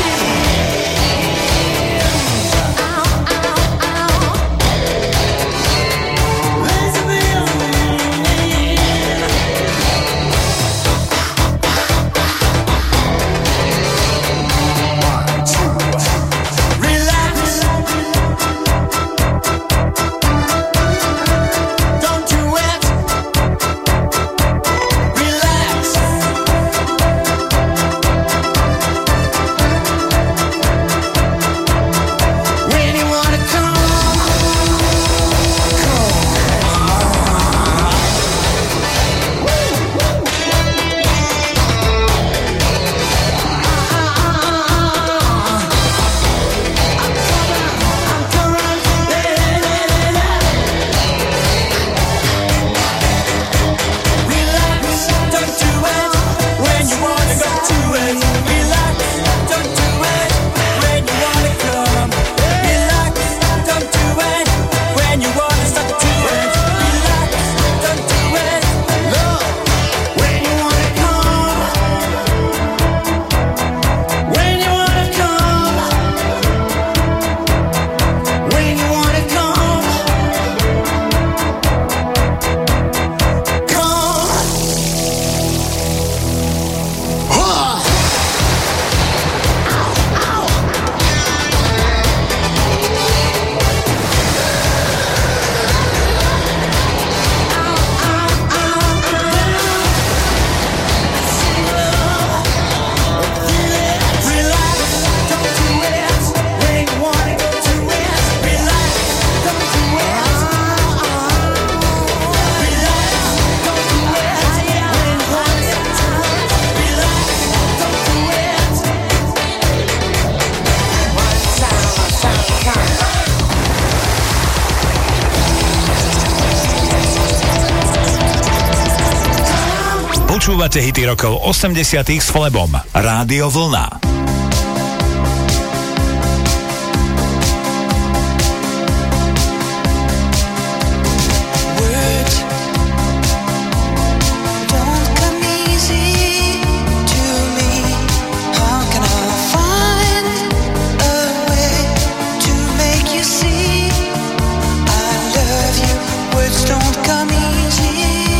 Počúvate hity rokov 80 s Flebom. Rádio Vlna.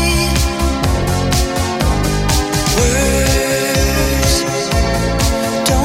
Don't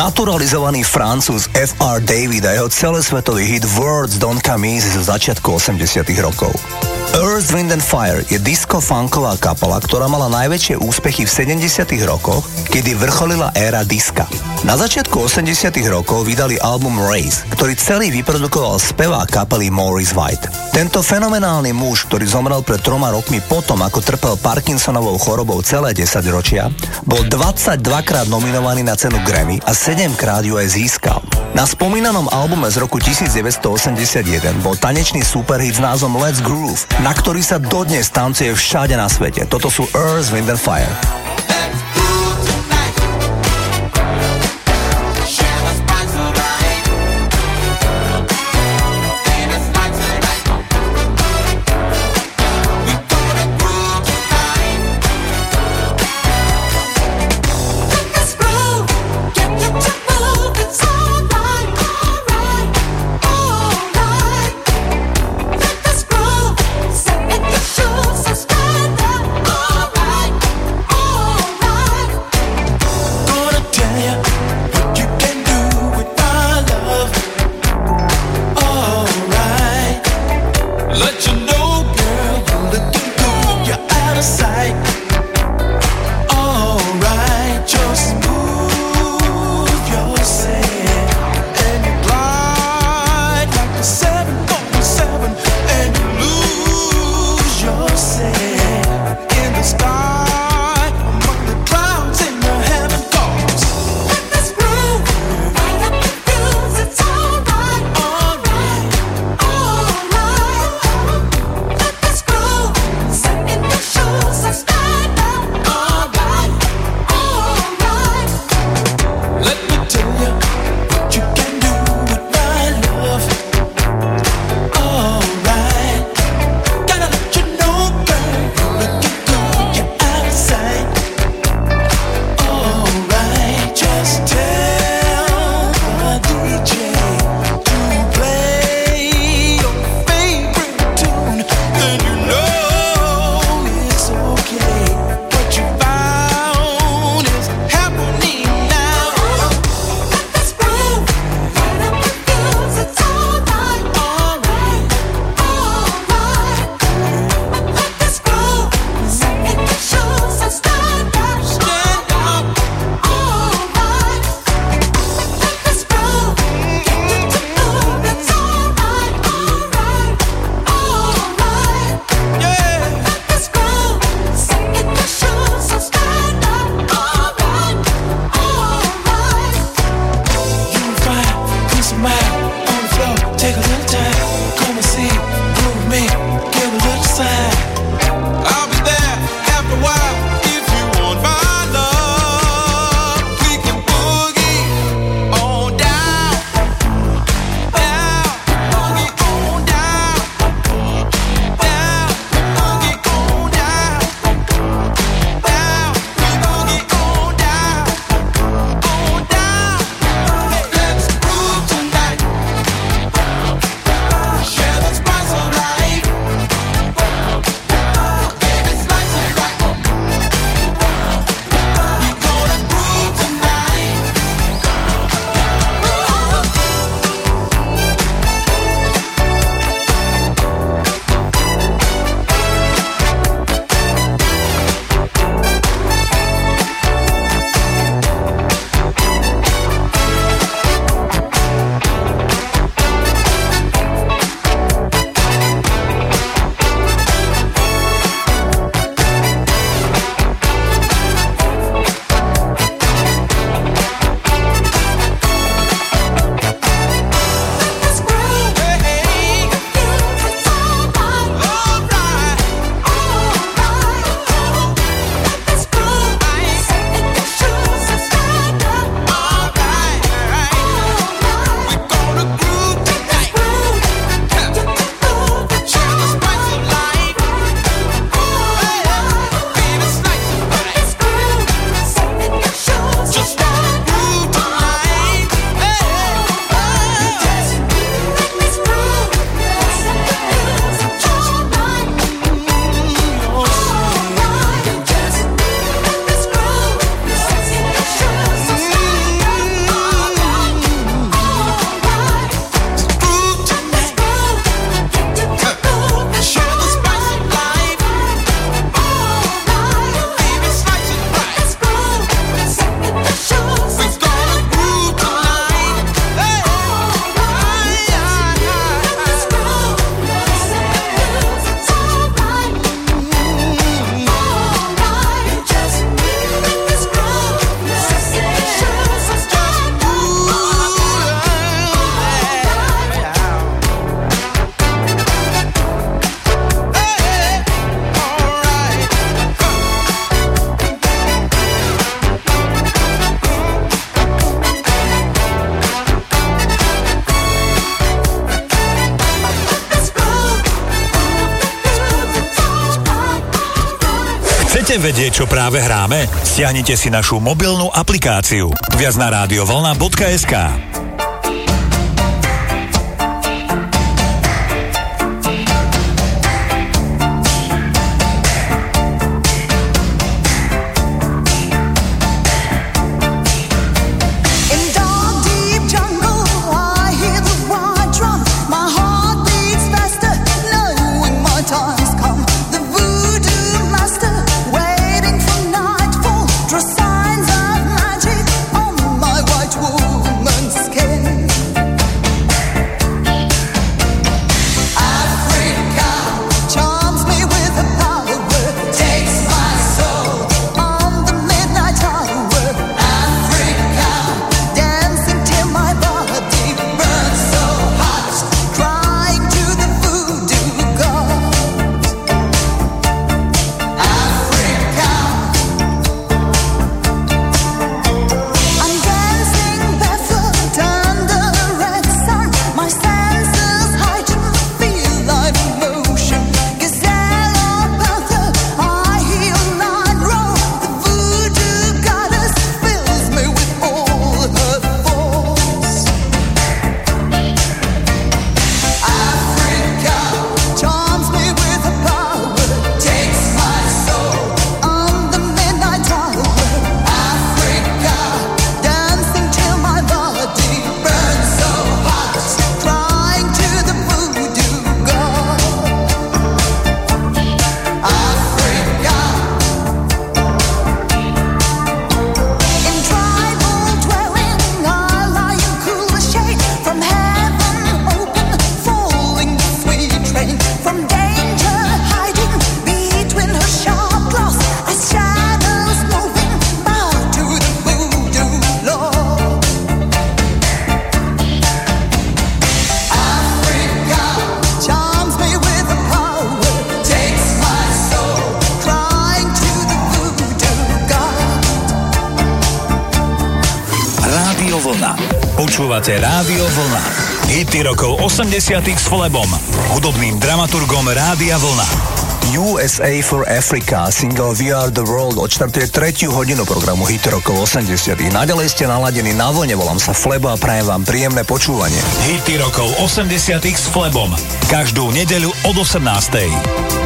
Naturalizovaný Francúz F.R. David a jeho celosvetový hit Words Don't Come Easy zo začiatku 80 rokov. Earth, Wind and Fire je disco-funková kapela, ktorá mala najväčšie úspechy v 70 rokoch, kedy vrcholila éra diska. Na začiatku 80 rokov vydali album Race, ktorý celý vyprodukoval spevák kapely Maurice White. Tento fenomenálny muž, ktorý zomrel pred 3 rokmi potom, ako trpel Parkinsonovou chorobou celé 10 ročia, bol 22 krát nominovaný na cenu Grammy a 7 krát ju aj získal. Na spomínanom albume z roku 1981 bol tanečný superhit s názvom Let's Groove, na ktorý sa dodnes tancuje všade na svete. Toto sú Earth, Wind and Fire. Oh Chcete vedieť, čo práve hráme? Stiahnite si našu mobilnú aplikáciu. Viac na radiovlna.sk. Počúvate Rádio Vlna. Hity rokov 80 s Flebom, hudobným dramaturgom Rádia Vlna. USA for Africa, single We Are The World odštartuje 3. hodinu programu Hity rokov 80. Naďalej ste naladení na vlne, volám sa Flebo a prajem vám príjemné počúvanie. Hity rokov 80 s Flebom. Každú nedeľu od 18.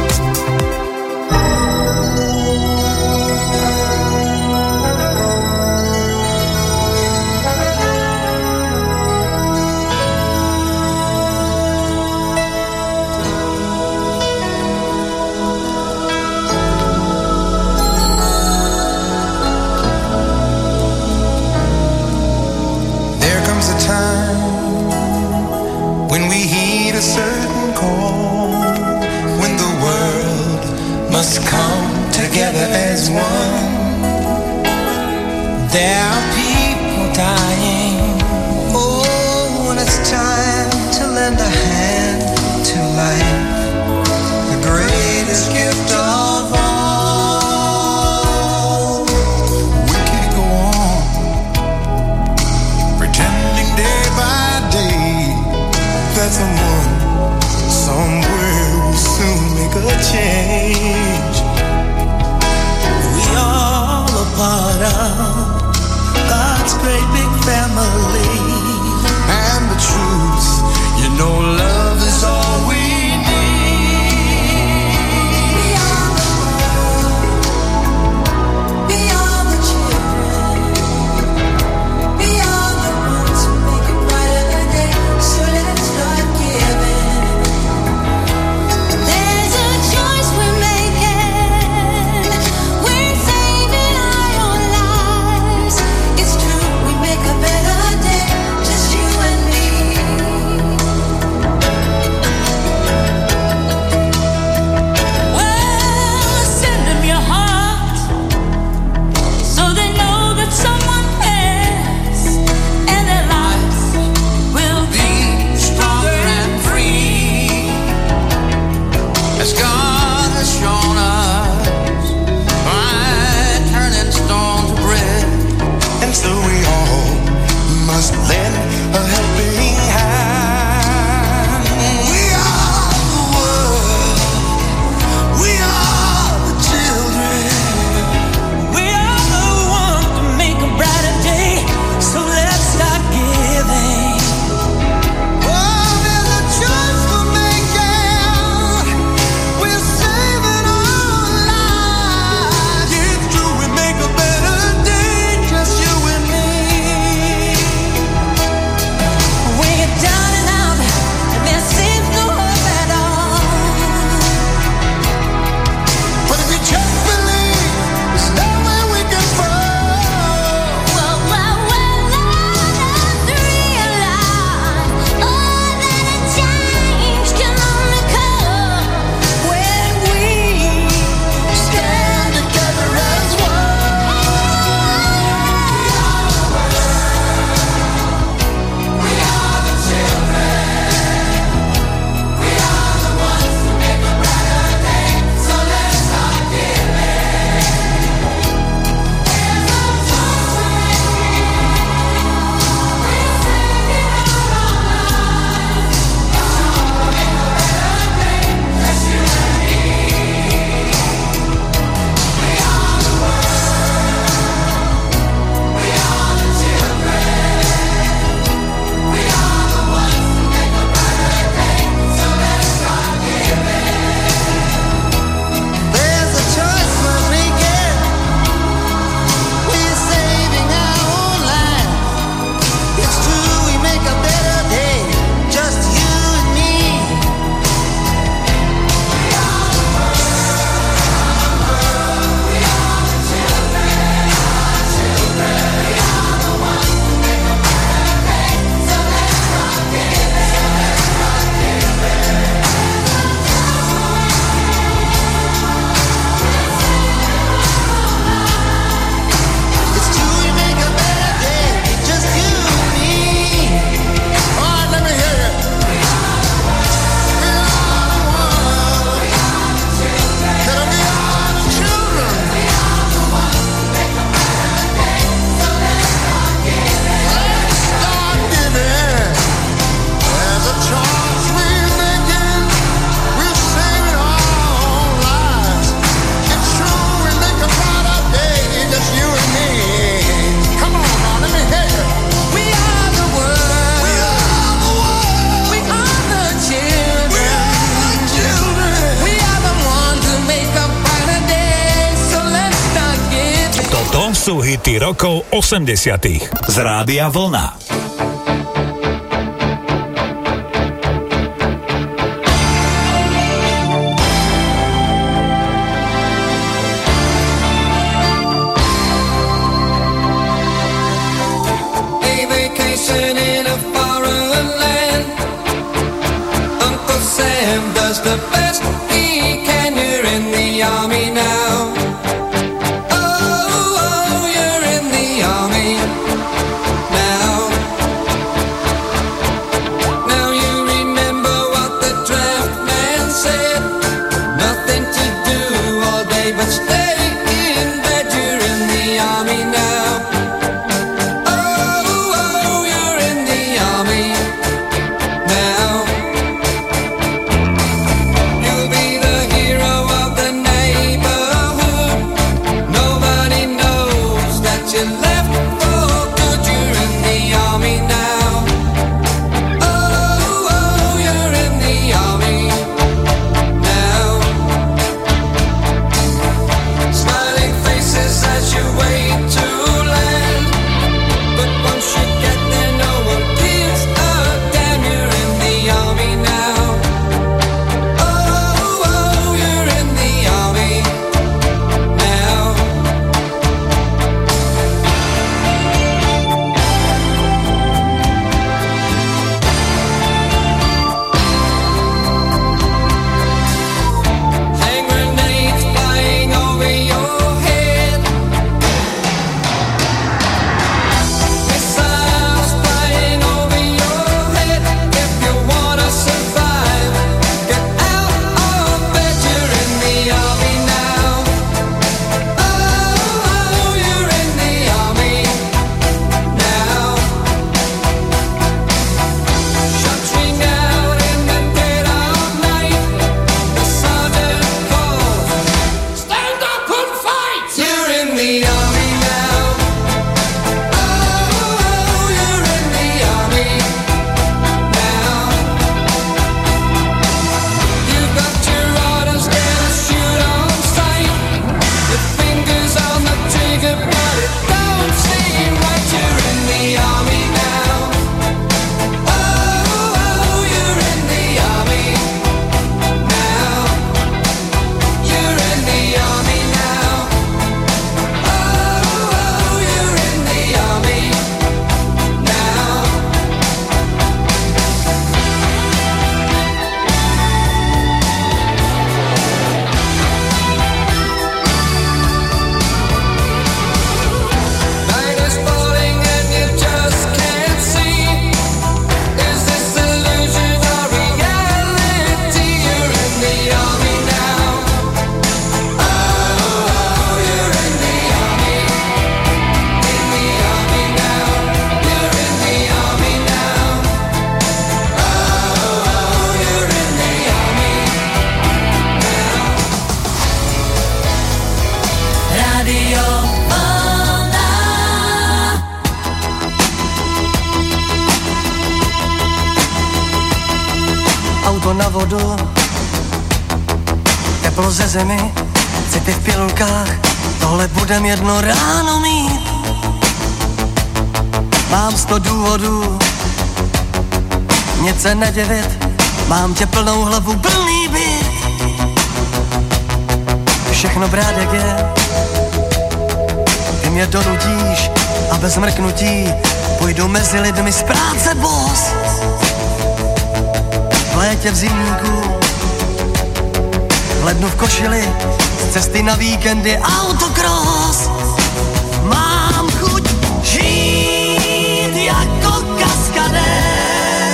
To sú hity rokov 80. z Rádia Vlna. In a foreign land, Uncle Sam does the best he can. You're in the army now. Oh, you're in the army now. Now you remember what the draft man said. Nothing to do all day but stay in bed. You're in the army now. Auto na vodu, teplo ze zemi, city v pilulkách, tohle budem jedno ráno mít. Mám 100 důvodů, nic se nedivit, mám tě plnou hlavu, plný byt. Všechno brát jak je, ty mě donutíš a bez mrknutí půjdu mezi lidmi z práce boss. V létě v zimníku, v lednu v košili, z cesty na víkendy autocross. Mám chuť žít jako kaskadér,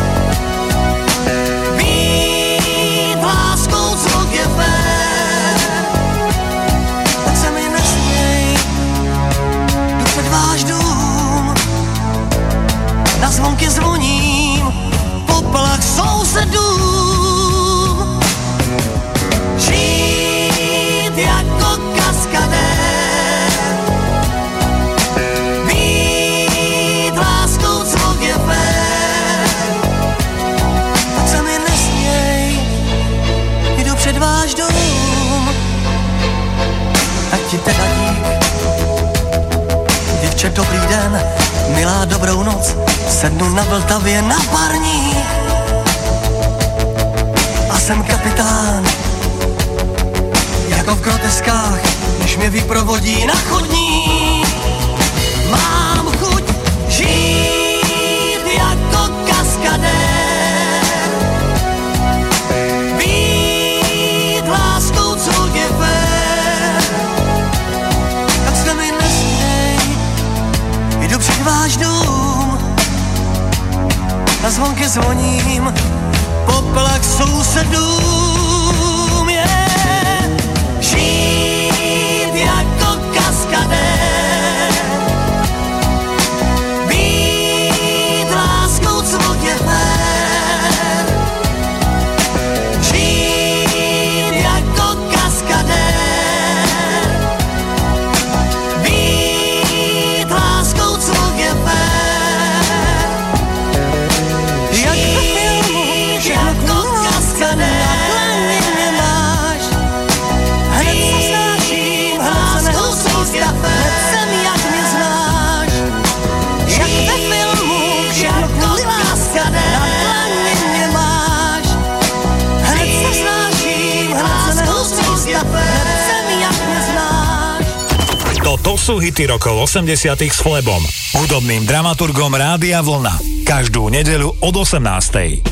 být láskou, co je fér. Tak se mi nesměj, jdu před váš dům, na zvonky zvoním, poplach sousedům. Žít jako kaskadér, být láskou, co je fér. Tak se mi nesměj, jdu před váš dům. Ať ti teda dík, večer, dobrý den, milá dobrou noc, sednu na Vltavě na parní a jsem kapitán, jako v groteskách, když mě vyprovodí na chodník. Mám chuť žít jako kaskadér, být láskou, co je fér. Tak se mi nesměj, jdu před váš dům, na zvonky zvoním, poplach sousedům je žít jako kaskadér, být láskou, co je fér, žít jako kaskadér, být láskou, co je fér, jak ve filmu, jako kaskadér. To sú hity rokov 80 s Flebom, hudobným dramaturgom Rádia Vlna. Každú nedeľu od 18.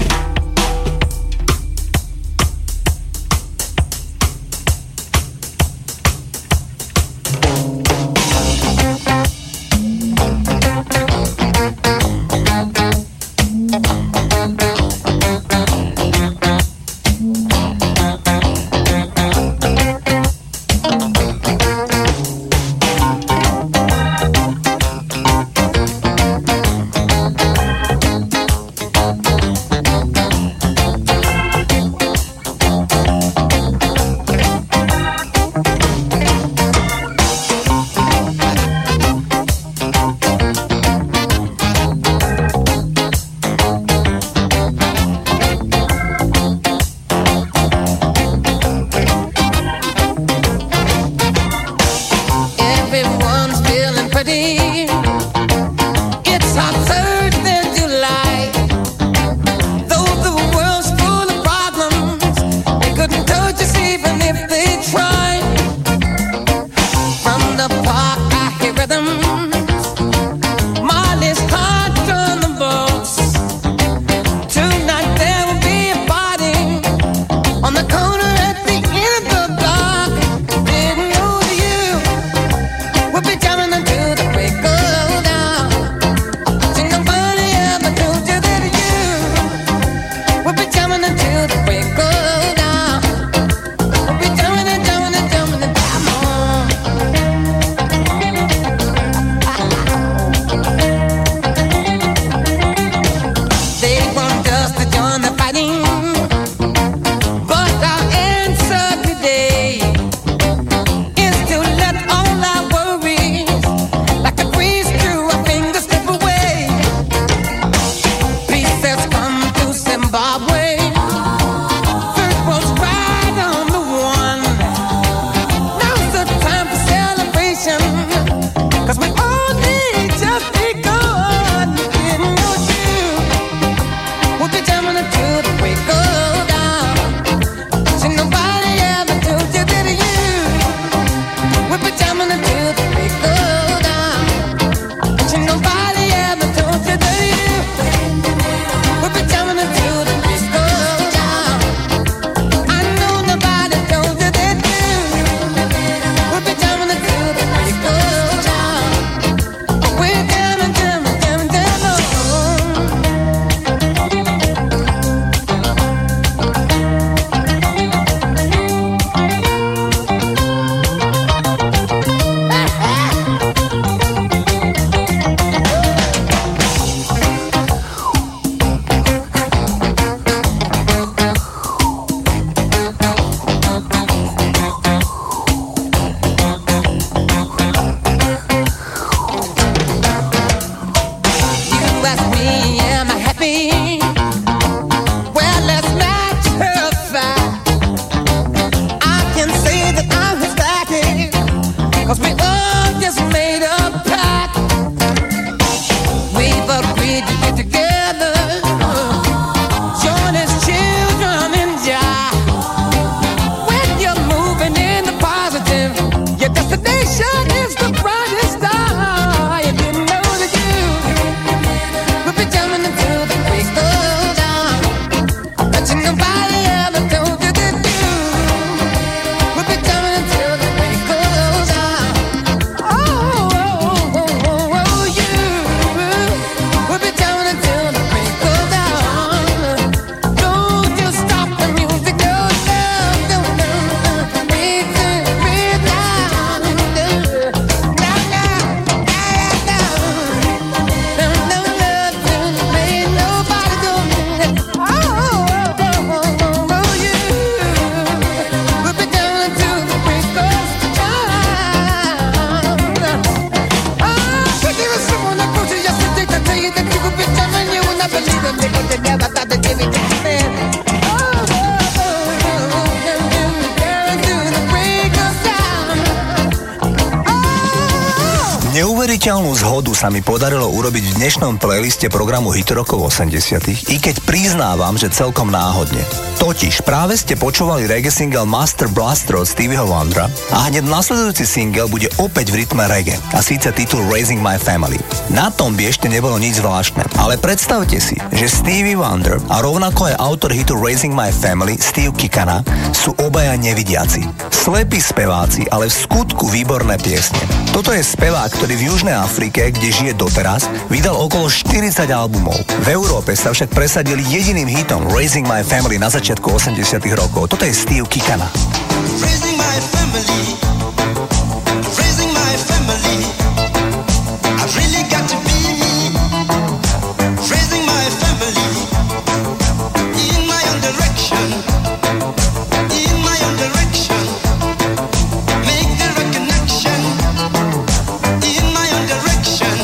Neuveriteľnú zhodu sa mi podarilo urobiť v dnešnom playliste programu Hity rokov 80, i keď priznávam, že celkom náhodne. Totiž práve ste počúvali reggae single Master Blaster od Stevieho Wondera a hneď nasledujúci single bude opäť v rytme reggae, a síce titul Raising My Family. Na tom by ešte nebolo nič zvláštne, ale predstavte si, že Stevie Wonder a rovnako aj autor hitu Raising My Family, Steve Kikana, sú obaja nevidiaci. Slepí speváci, ale v skutku výborné piesne. Toto je spevák, ktorý v Južnej Afrike, kde žije doteraz, vydal okolo 40 albumov. V Európe sa však presadil jediným hitom Raising My Family na začiatku 80 rokov. Toto je Steve Kikana. Raising my family, raising my family. I really got to be me, raising my family in my own direction, in my own direction. Make the right connection in my own direction.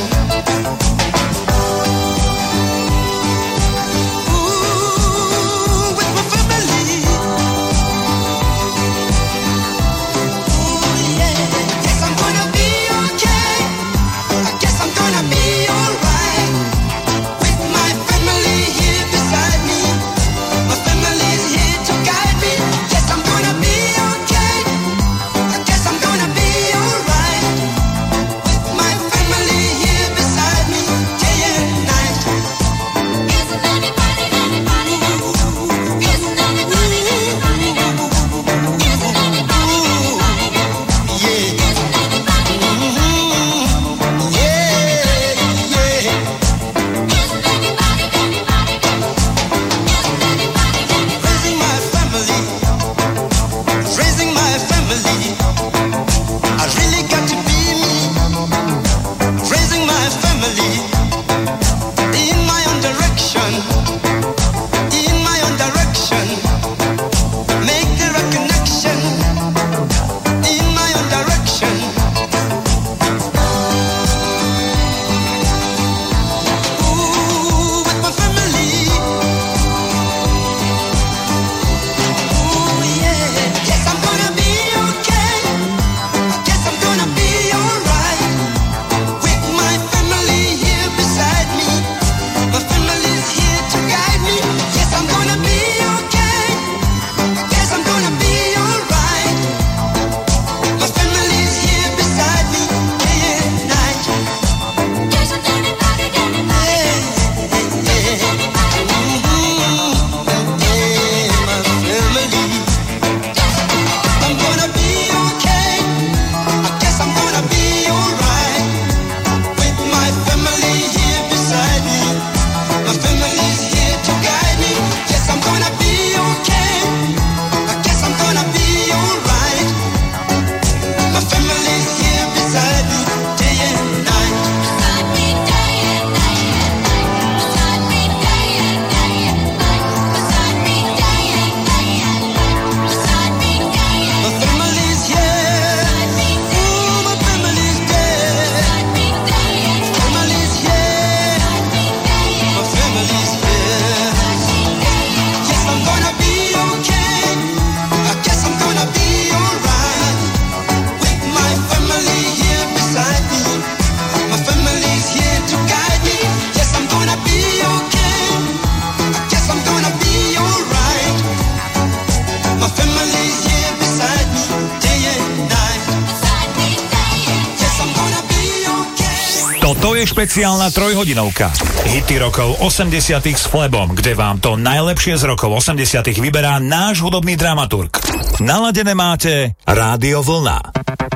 Ooh, with my family. To je špeciálna trojhodinovka. Hity rokov 80 s Flebom, kde vám to najlepšie z rokov 80 vyberá náš hudobný dramaturg. Naladené máte Rádio Vlna.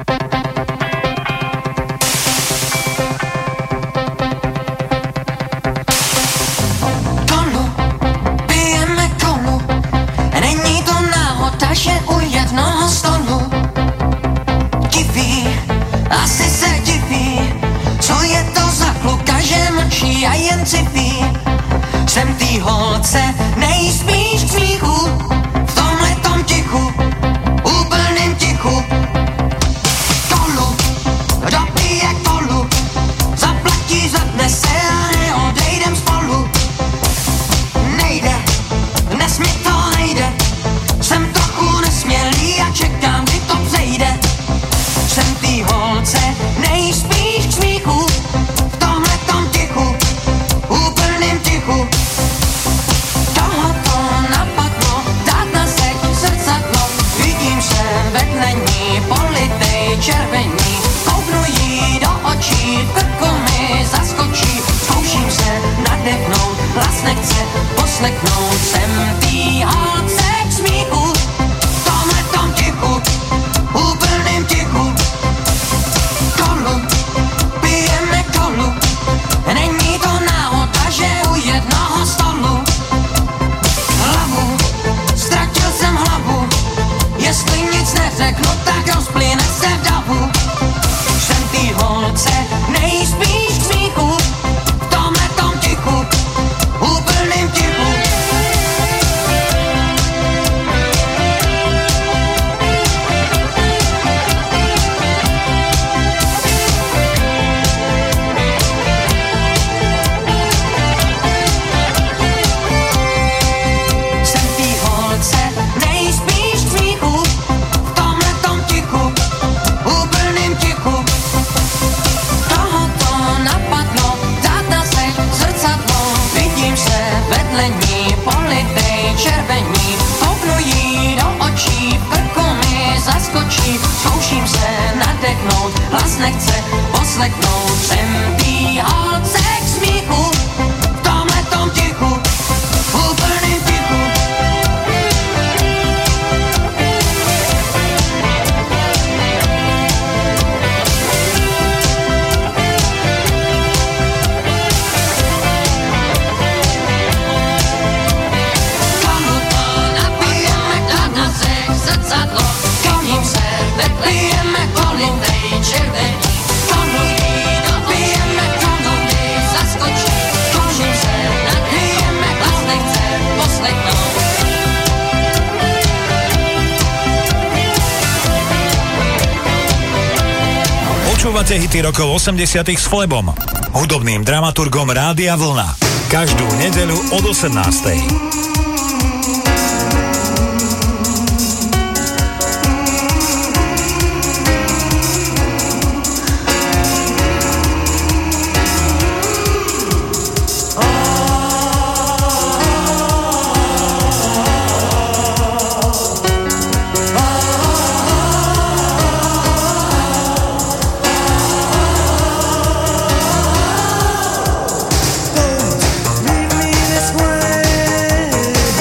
A jen si ví, jsem tý holce nejspíš k smíchu, v tomhletom tichu, úplným tichu. Kolu, dopije kolu, zaplatí, zvedne se a neodejdem spolu. Nejde, dnes mi to nejde, jsem trochu nesmělý a čekám, kdy to přejde. Jsem tý holce nejspíš k smíchu, poslechnout všem holce k smíchu, v tomhletom tichu, v úplným tichu. Komu to napijeme, dát na cech zrcadlo, koním se veplijeme politej červení. Komu jí dopijeme, komu my zaskočí, koním se nadejeme, hlas nechce poslechnout. Počúvate hity rokov 80 s Flebom, hudobným dramaturgom Rádia Vlna. Každú nedeľu od 18. Leave me this way.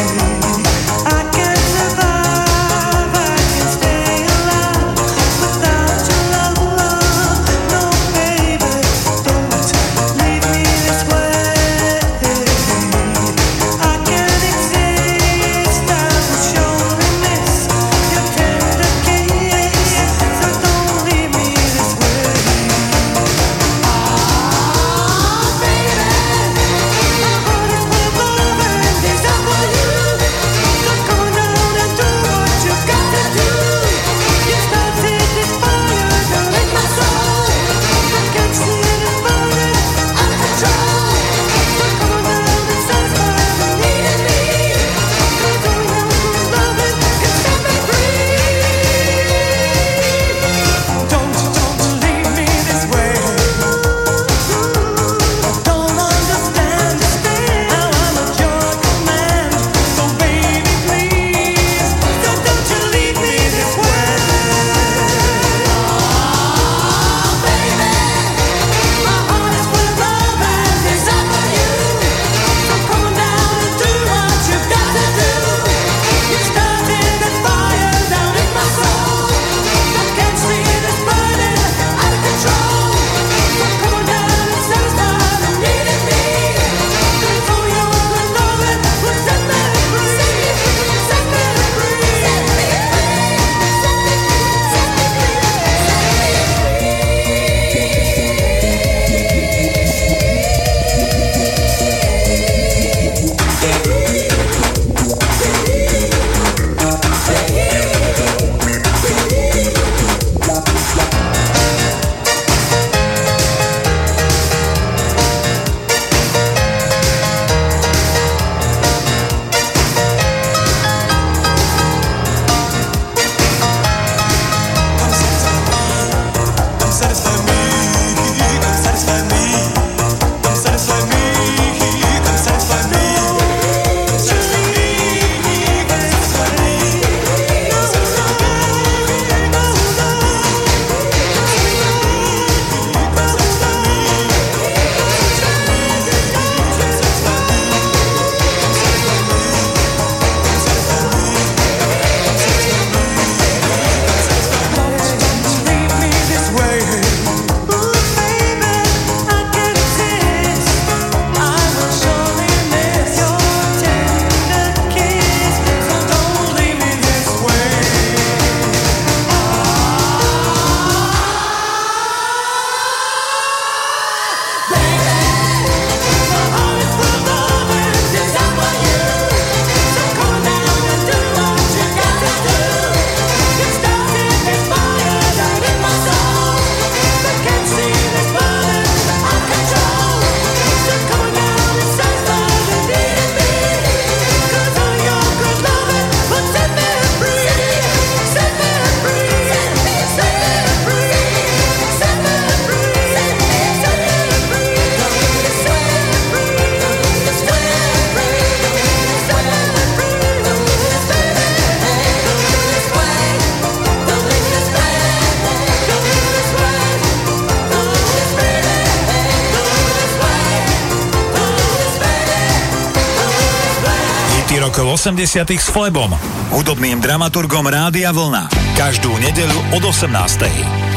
Hity rokov 80 s Flebom, hudobným dramaturgom Rádia Vlna. Každú nedeľu od 18.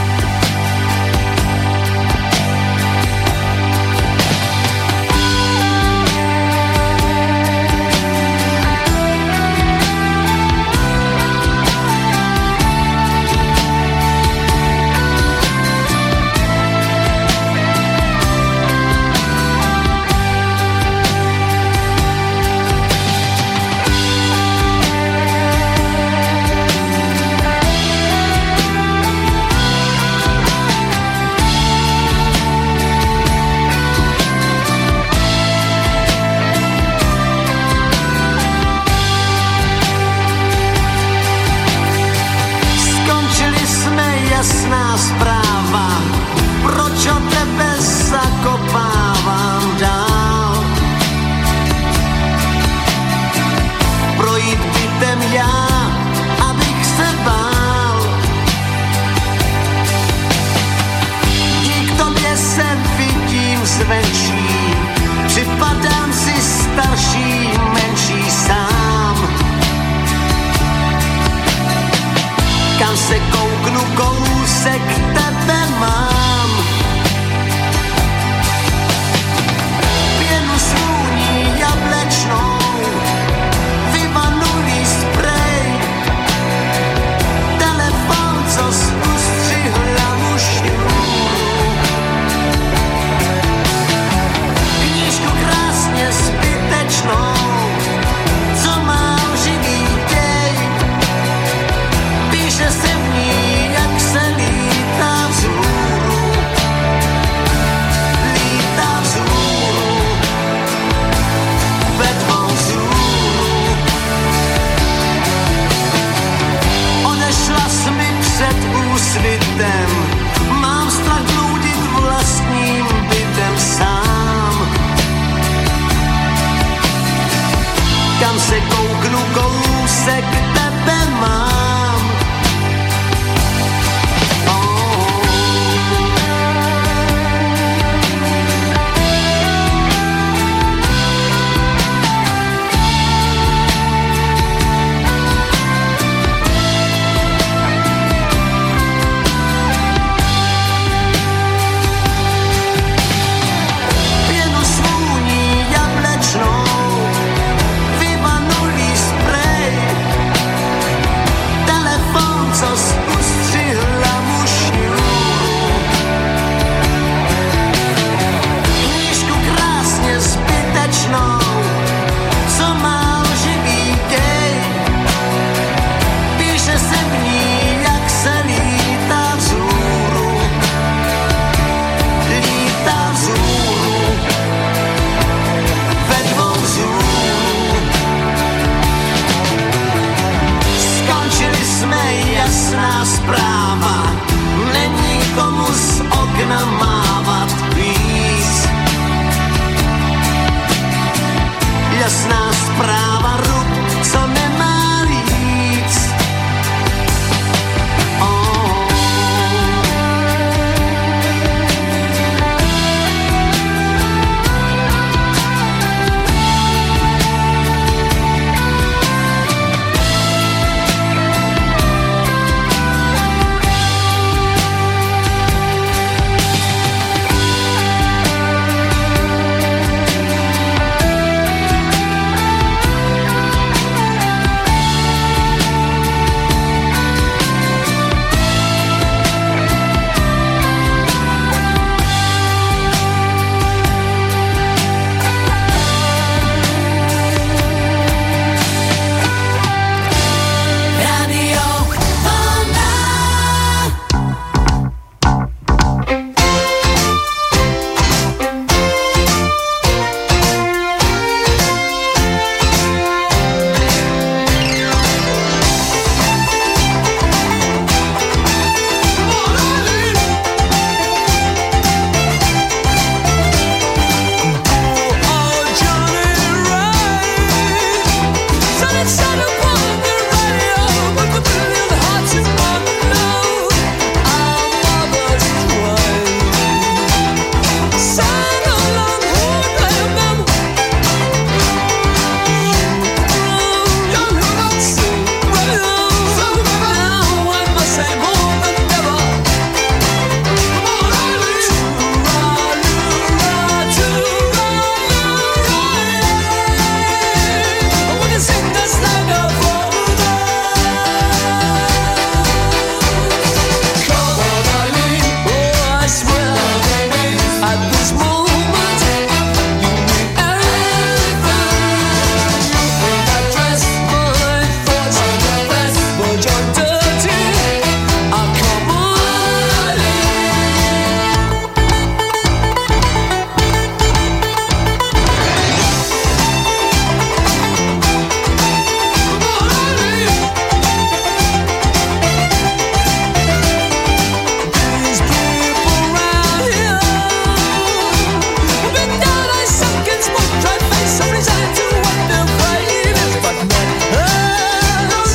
Připadám si starší, menší sám. Kam se kouknu, kousek tebe mám. Pěnu svůní jablečnou, vyvanulý sprej, telefon, co ustřihl lamušňu. Knížku krásně zbytečnou, At this moment, you mean everything. You think I dress my thoughts on your best, but you're dirty. Oh, come on, these people round here have been down on seconds, one try face and resign to what their fate is, but not us.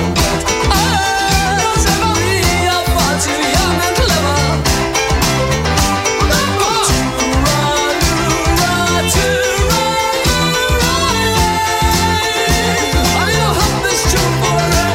We are far too young and clever to run. I hope this true forever.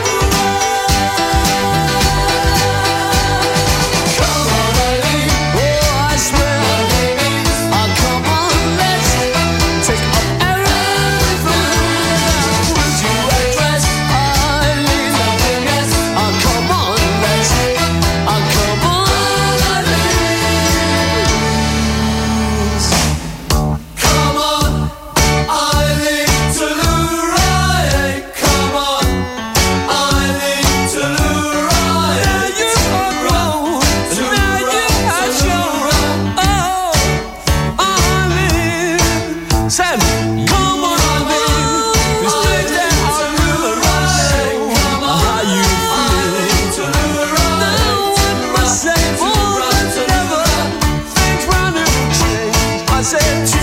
Come on, Eileen. Oh, I swear. Oh, come on, let's take up everything. Would you address Eileen? Oh, come on, let's. Oh, come on, Come on, Eileen, to the right. Come on, Eileen, to the right. Now you are wrong. Now you have shown. Oh, Eileen. Sam, come on, Eileen. These things that are real right. How you feel. Now what must say more than ever. Things round and change. I said to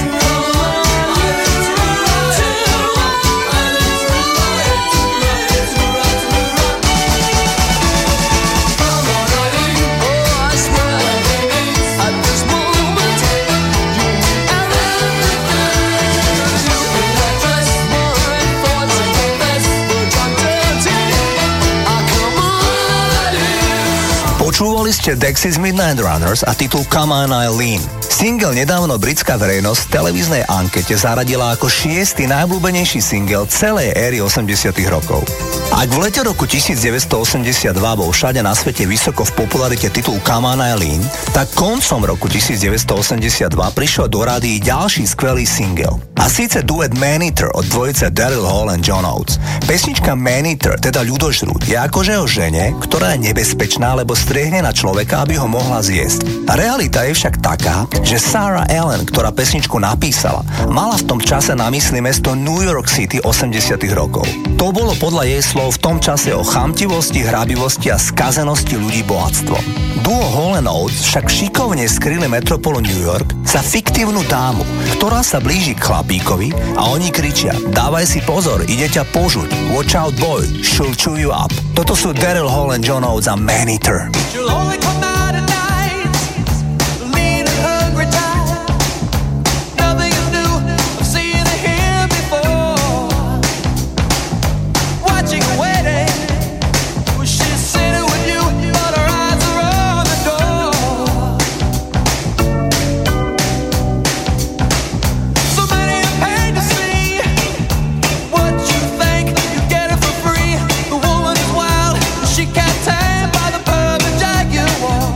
Počúvali ste Dexys Midnight Runners a titul Come On Eileen. Single nedávno britská verejnosť v televíznej ankete zaradila ako 6. najobľúbenejší single celej éry 80 rokov. Ak v lete roku 1982 bol všade na svete vysoko v popularite titul Come On Eileen, tak koncom roku 1982 prišiel do rádií ďalší skvelý single. A síce duet Man-Eater od dvojice Daryl Hall and John Oates. Pesnička Man-Eater, teda ľudožrút, je akože o žene, ktorá je nebezpečná, lebo striehne na človeka, aby ho mohla zjesť. A realita je však taká, že Sarah Ellen, ktorá pesničku napísala, mala v tom čase na mysli mesto New York City 80 rokov. To bolo podľa jej slov v tom čase o chamtivosti, hrabivosti a skazenosti ľudí bohatstvom. Duo Hall and Oates však šikovne skryli metropolu New York za fiktívnu dámu, ktorá sa blíži k chlapíkovi a oni kričia: dávaj si pozor, ide ťa požuť, watch out boy, she'll chew you up. Toto sú Daryl Hall and John Oates a Man-Eater. She'll only come out at night, lean and hungry tired. Nothing is new, I've seen it here before. Watching, waiting, well, she's sitting with you, but her eyes are on the door. So many are paid to see what you think, you get it for free. The woman is wild, she can't tame by the perfect jaguar.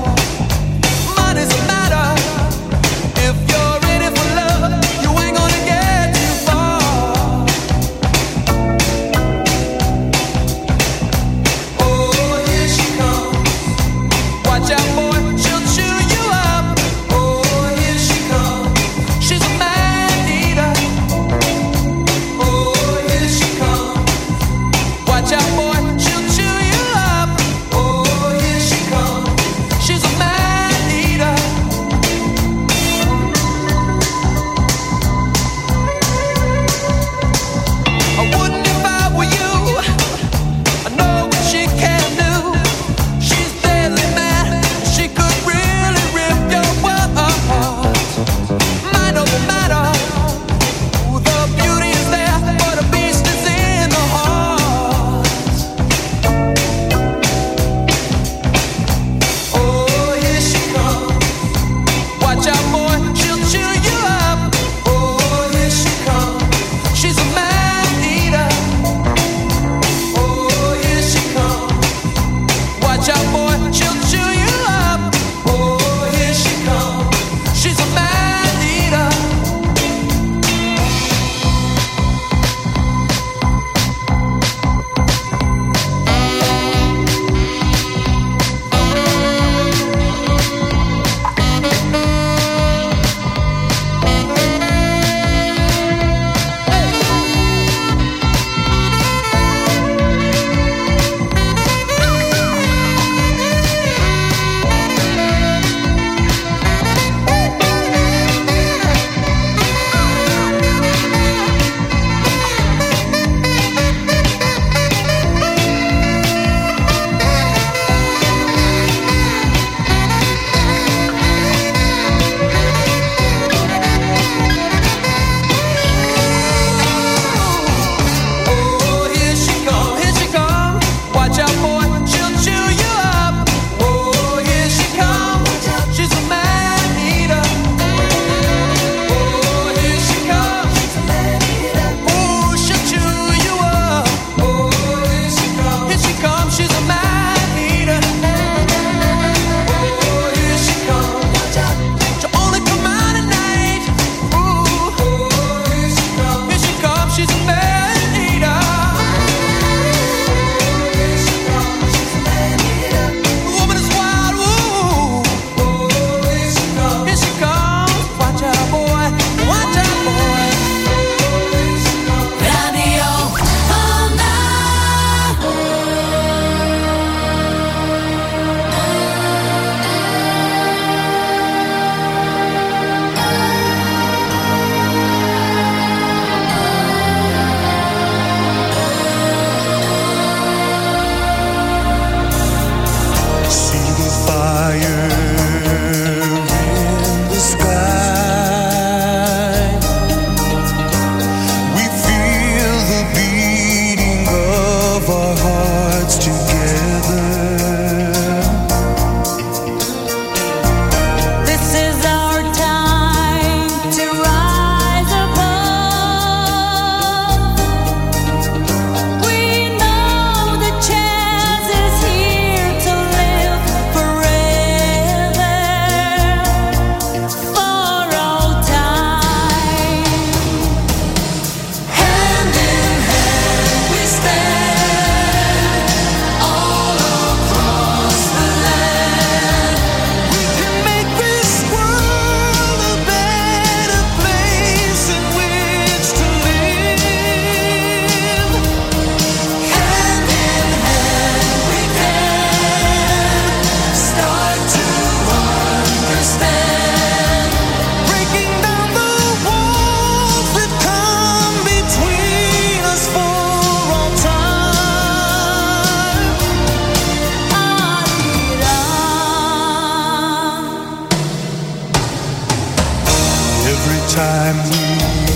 time we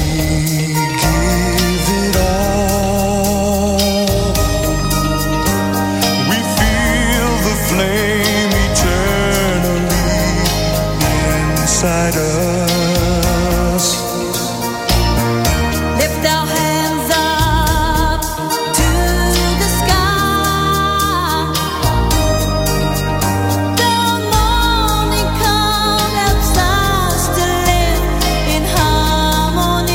give it all, we feel the flame eternally inside us. Lift our hands up to the sky. The morning come helps us to live in harmony.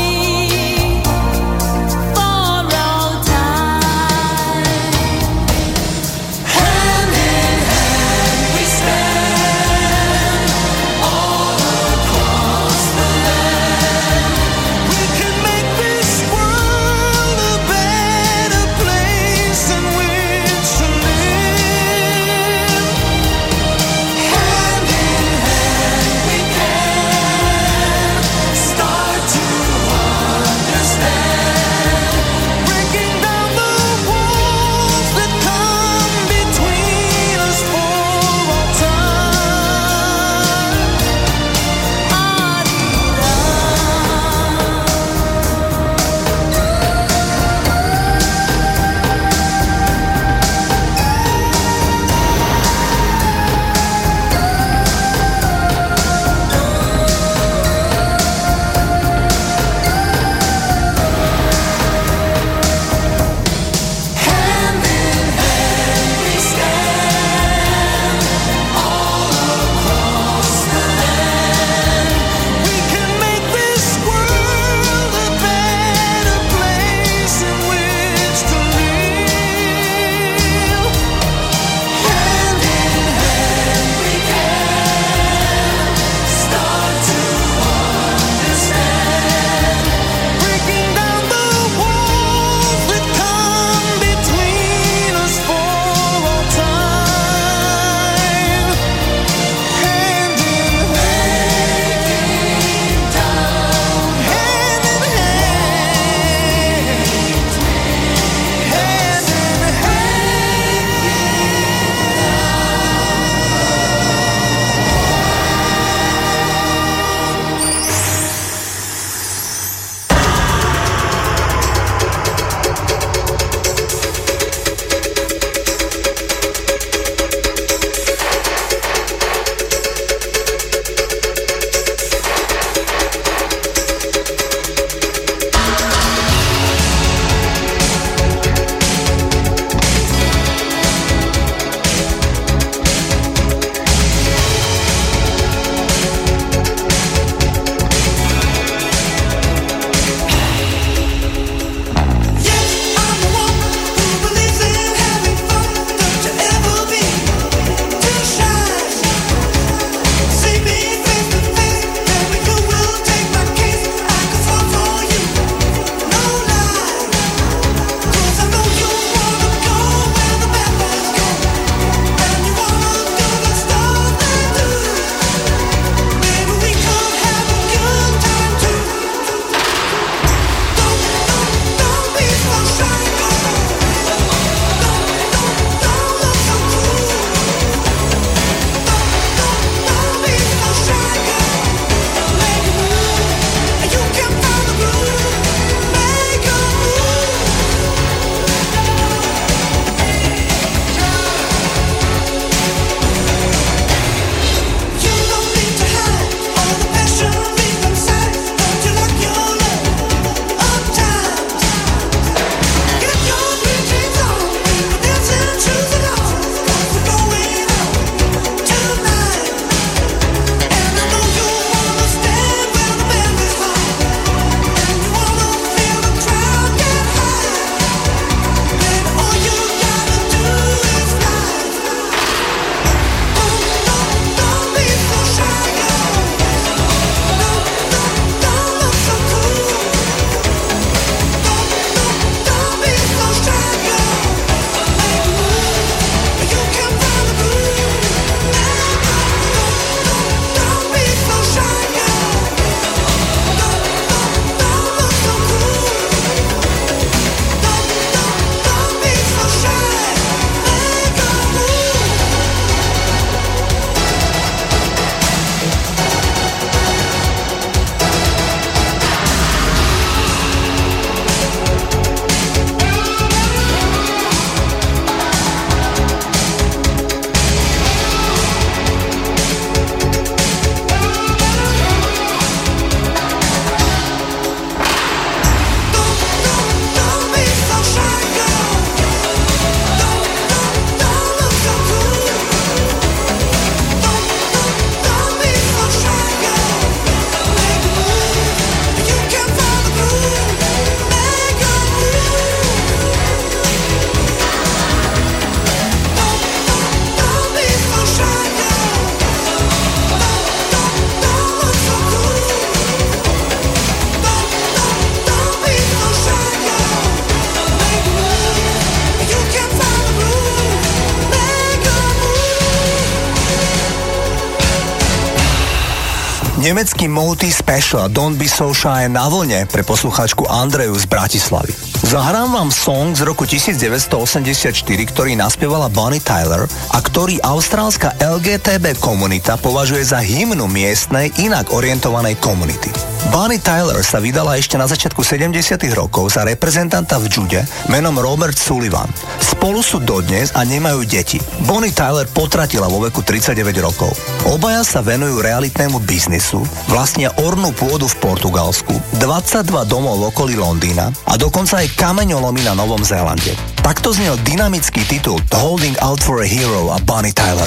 Nemecký Multi Special Don't Be So Shy na vlne pre poslucháčku Andreju z Bratislavy. Zahrám vám song z roku 1984, ktorý naspievala Bonnie Tyler a ktorý austrálska LGTB komunita považuje za hymnu miestnej, inak orientovanej komunity. Bonnie Tyler sa vydala ešte na začiatku 70. rokov za reprezentanta v jude menom Robert Sullivan. Spolu sú dodnes a nemajú deti. Bonnie Tyler potratila vo veku 39 rokov. Obaja sa venujú realitnému biznisu, vlastnia ornú pôdu v Portugalsku, 22 domov v okolí Londýna a dokonca aj kameňolomy na Novom Zélande. Takto znel dynamický titul Holding Out for a Hero a Bonnie Tyler.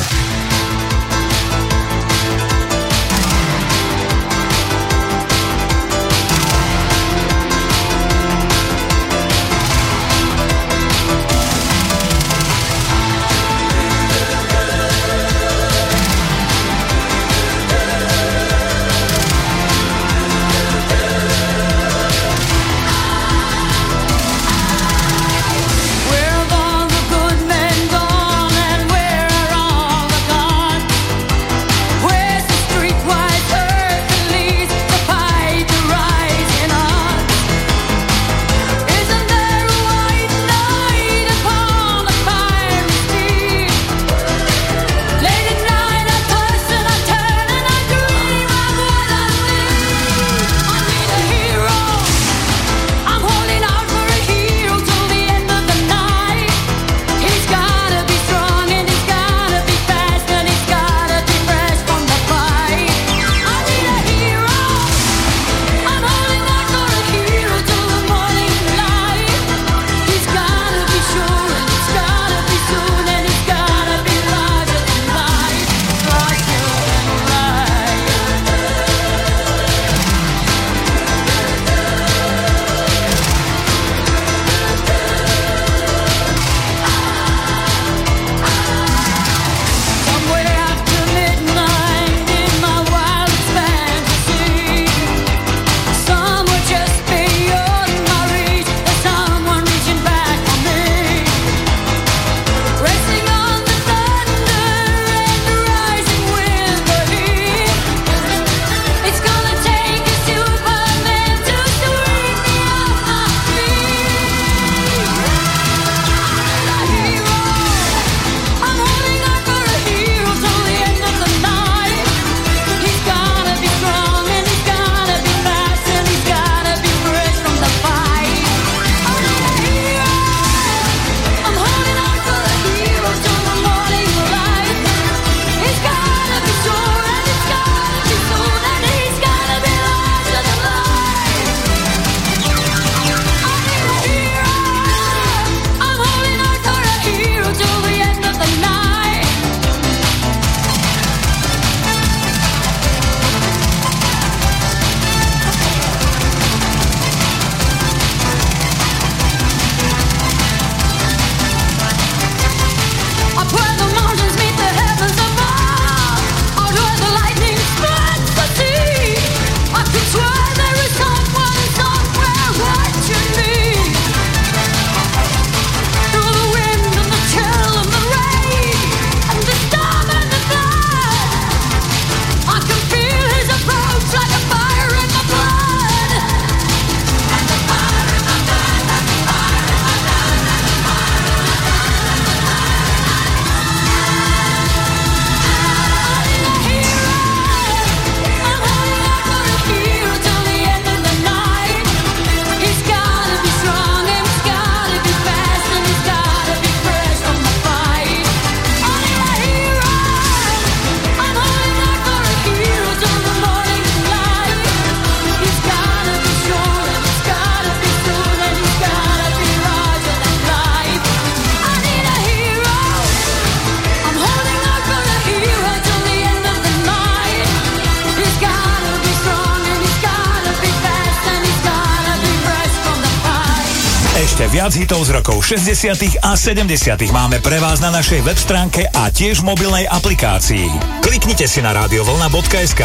Ešte viac hitov z rokov 60. a 70. máme pre vás na našej web stránke a tiež v mobilnej aplikácii. Kliknite si na radiovlna.sk.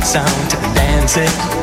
sound to dance it.